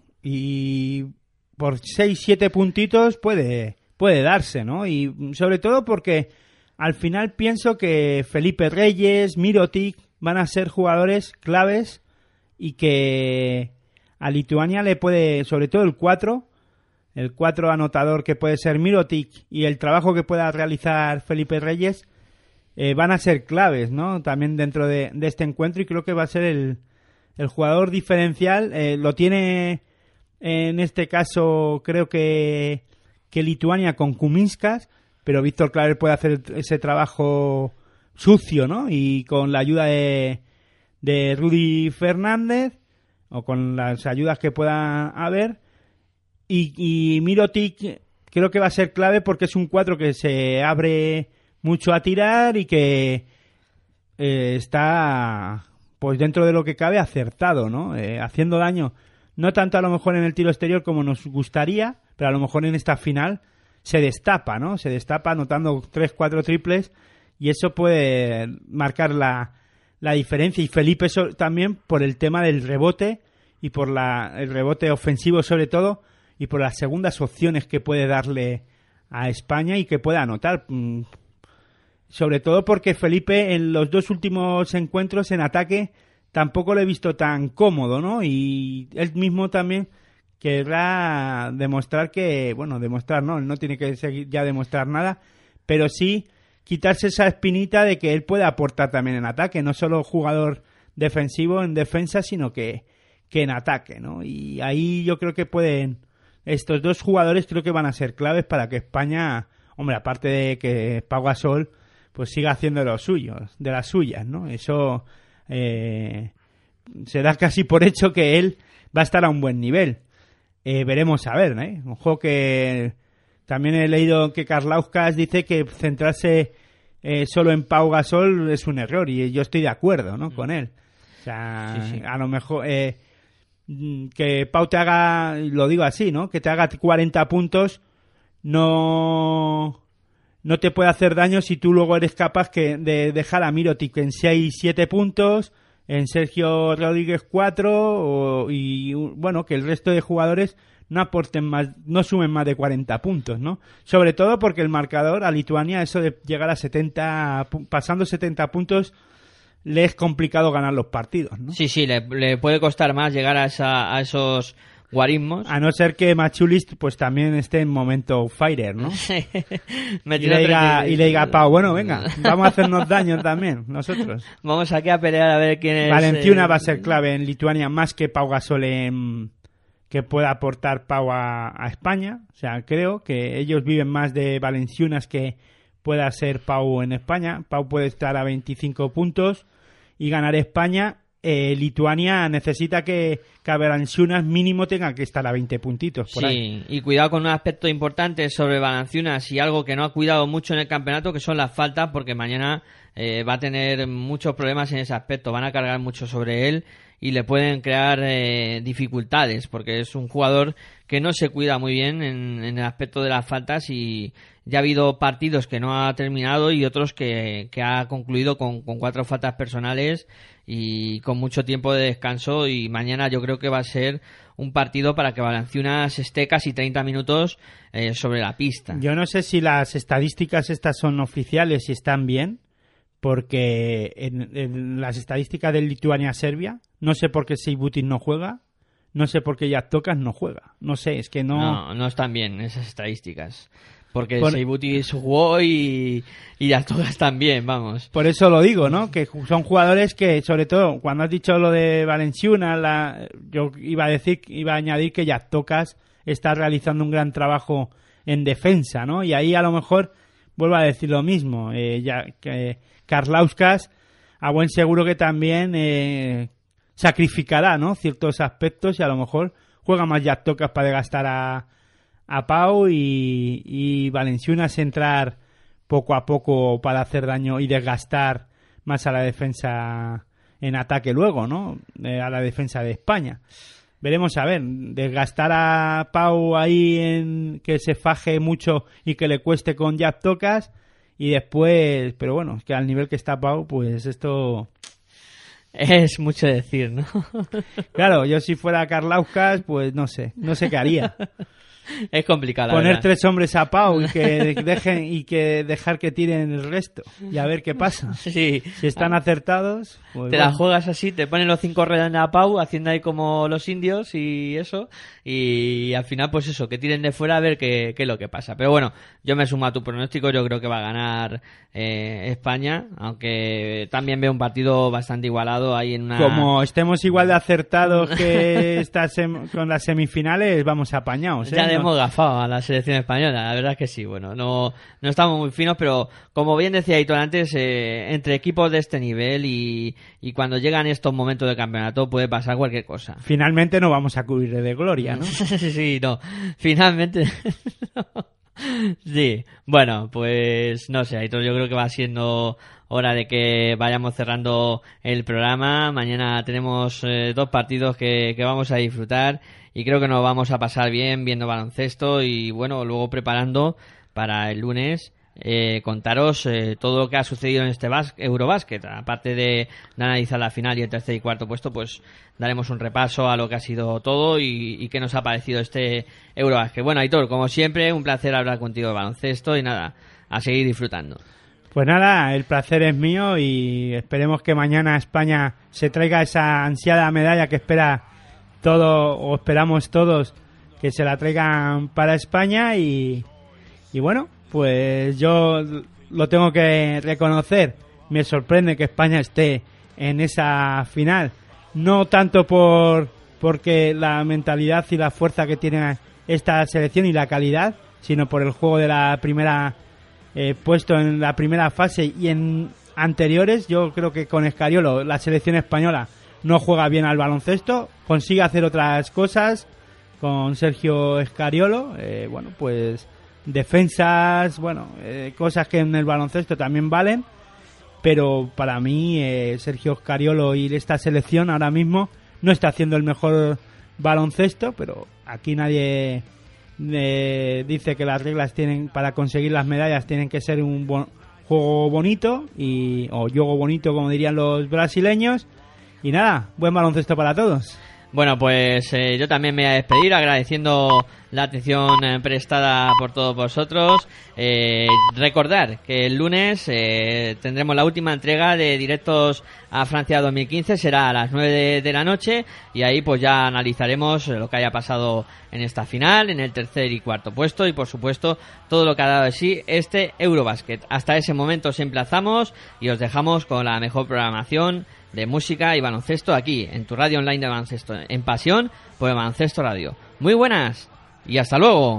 Y por 6-7 puntitos puede darse, ¿no? Y sobre todo porque al final pienso que Felipe Reyes, Mirotic van a ser jugadores claves y que a Lituania le puede, sobre todo el 4 anotador que puede ser Mirotic y el trabajo que pueda realizar Felipe Reyes van a ser claves, ¿no? También dentro de este encuentro, y creo que va a ser el jugador diferencial. Lo tiene en este caso, creo que Lituania con Kuzmiskas, pero Víctor Claver puede hacer ese trabajo sucio, ¿no? Y con la ayuda de Rudy Fernández, o con las ayudas que pueda haber, y Mirotic creo que va a ser clave porque es un 4 que se abre mucho a tirar y que está, pues dentro de lo que cabe, acertado, ¿no? Haciendo daño, no tanto a lo mejor en el tiro exterior como nos gustaría, pero a lo mejor en esta final se destapa, ¿no? Se destapa anotando 3-4 triples, y eso puede marcar la diferencia. Y Felipe también por el tema del rebote y por el rebote ofensivo sobre todo, y por las segundas opciones que puede darle a España y que puede anotar. Sobre todo porque Felipe en los 2 últimos encuentros en ataque tampoco lo he visto tan cómodo, ¿no? Y él mismo también querrá demostrar demostrar no, él no tiene que seguir ya demostrar nada, pero sí quitarse esa espinita de que él puede aportar también en ataque, no solo jugador defensivo en defensa, sino que en ataque, ¿no? Y ahí yo creo que estos 2 jugadores creo que van a ser claves para que España, hombre, aparte de que Pau Gasol pues siga haciendo de las suyas, ¿no? Eso se da casi por hecho que él va a estar a un buen nivel. Veremos a ver, ¿eh? Ojo que también he leído que Karlauskas dice que centrarse solo en Pau Gasol es un error, y yo estoy de acuerdo, ¿no? Con él. O sea, sí. A lo mejor que Pau te haga, lo digo así, ¿no? Que te haga 40 puntos no te puede hacer daño si tú luego eres capaz de dejar a Mirotic en 6-7 puntos, en Sergio Rodríguez 4, y que el resto de jugadores no aporten más, no sumen más de 40 puntos, ¿no? Sobre todo porque el marcador a Lituania, eso de llegar a 70, pasando 70 puntos, le es complicado ganar los partidos, ¿no? Sí, le puede costar más llegar a esos guarismos. A no ser que Machulis pues también esté en momento fighter, ¿no? y le diga a Pau, venga, vamos a hacernos daño también, nosotros. Vamos aquí a pelear a ver quién es... Valenciuna va a ser clave en Lituania más que Pau Gasol que pueda aportar Pau a España. O sea, creo que ellos viven más de Valenciunas que pueda ser Pau en España. Pau puede estar a 25 puntos y ganar España. Lituania necesita que Valenciunas mínimo tenga que estar a 20 puntitos por ahí. Y cuidado con un aspecto importante sobre Valenciunas y algo que no ha cuidado mucho en el campeonato, que son las faltas, porque mañana va a tener muchos problemas en ese aspecto. Van a cargar mucho sobre él y le pueden crear dificultades, porque es un jugador que no se cuida muy bien en el aspecto de las faltas, y ya ha habido partidos que no ha terminado y otros que ha concluido con 4 faltas personales y con mucho tiempo de descanso, y mañana yo creo que va a ser un partido para que Valenciunas esté casi 30 minutos sobre la pista. Yo no sé si las estadísticas estas son oficiales y están bien, porque en las estadísticas del Lituania-Serbia, no sé por qué Seibutin no juega, no sé por qué Jactokas no juega. No sé, es que no... No están bien esas estadísticas. Porque Seibutin jugó y Jactokas también, vamos. Por eso lo digo, ¿no? Que son jugadores que, sobre todo, cuando has dicho lo de Valenciunas, yo iba a añadir que Jactokas está realizando un gran trabajo en defensa, ¿no? Y ahí a lo mejor vuelvo a decir lo mismo. Karlauskas, a buen seguro que también sacrificará, ¿no?, ciertos aspectos, y a lo mejor juega más Jactokas para desgastar a Pau y Valenciunas entrar poco a poco para hacer daño y desgastar más a la defensa en ataque luego, ¿no?, a la defensa de España. Veremos, a ver, desgastar a Pau ahí en que se faje mucho y que le cueste con Jactokas, y después, pero bueno, es que al nivel que está Pau, pues esto... Es mucho decir, ¿no? Claro, yo si fuera Karlauskas, pues no sé qué haría. Es complicado. Poner 3 hombres a Pau y que dejar que tiren el resto y a ver qué pasa. Sí. Si están acertados, pues te la juegas así, te ponen los 5 redondos a Pau, haciendo ahí como los indios y eso, y al final pues eso, que tiren de fuera a ver qué es lo que pasa. Pero bueno, yo me sumo a tu pronóstico, yo creo que va a ganar España, aunque también veo un partido bastante igualado ahí en una... Como estemos igual de acertados que con las semifinales, vamos apañados, ¿eh? Ya le hemos gafado a la selección española, la verdad es que sí. Bueno, no estamos muy finos, pero como bien decía Aitor antes, entre equipos de este nivel y cuando llegan estos momentos de campeonato puede pasar cualquier cosa. Finalmente no vamos a cubrir de gloria, ¿no? Sí, no. Finalmente... Sí, bueno, pues no sé, Aitor, yo creo que va siendo hora de que vayamos cerrando el programa. Mañana tenemos 2 partidos que vamos a disfrutar y creo que nos vamos a pasar bien viendo baloncesto y bueno, luego preparando para el lunes contaros todo lo que ha sucedido en este Eurobasket. Aparte de analizar la final y el tercer y cuarto puesto, pues daremos un repaso a lo que ha sido todo y qué nos ha parecido este Eurobasket. Bueno, Aitor, como siempre, un placer hablar contigo de baloncesto y nada, a seguir disfrutando. Pues nada, el placer es mío y esperemos que mañana España se traiga esa ansiada medalla que esperamos todos que se la traigan para España y bueno, pues yo lo tengo que reconocer, me sorprende que España esté en esa final, no tanto porque la mentalidad y la fuerza que tiene esta selección y la calidad, sino por el juego de la primera puesto en la primera fase y en anteriores. Yo creo que con Scariolo la selección española no juega bien al baloncesto, consigue hacer otras cosas con Sergio Scariolo, bueno, pues defensas, bueno, cosas que en el baloncesto también valen, pero para mí Sergio Scariolo y esta selección ahora mismo no está haciendo el mejor baloncesto, pero aquí nadie dice que las reglas tienen para conseguir las medallas tienen que ser un juego bonito o juego bonito, como dirían los brasileños. Y nada, buen baloncesto para todos. Bueno, pues yo también me voy a despedir agradeciendo la atención prestada por todos vosotros. Recordar que el lunes tendremos la última entrega de Directos a Francia 2015, será a las 9 de la noche, y ahí pues ya analizaremos lo que haya pasado en esta final, en el tercer y cuarto puesto, y por supuesto todo lo que ha dado de sí este Eurobasket. Hasta ese momento os emplazamos y os dejamos con la mejor programación de música y baloncesto aquí en tu radio online de baloncesto, en Pasión por el Baloncesto Radio. Muy buenas y hasta luego.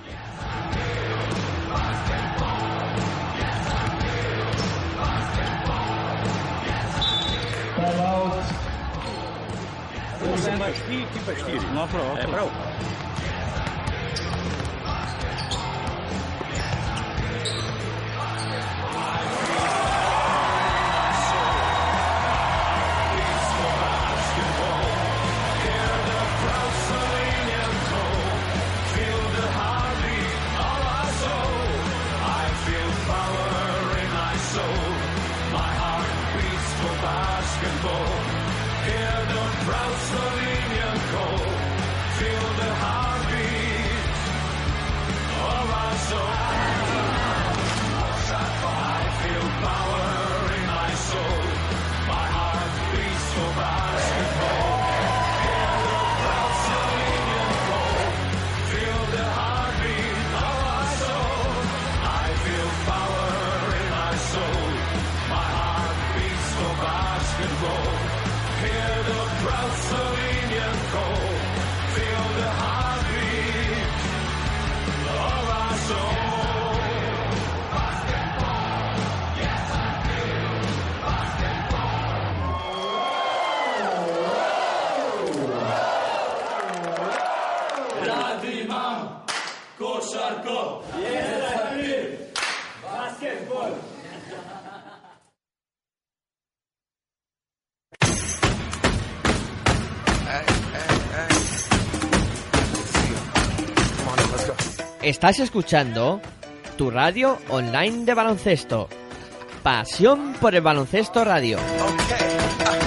Estás escuchando tu radio online de baloncesto. Pasión por el Baloncesto Radio. Okay.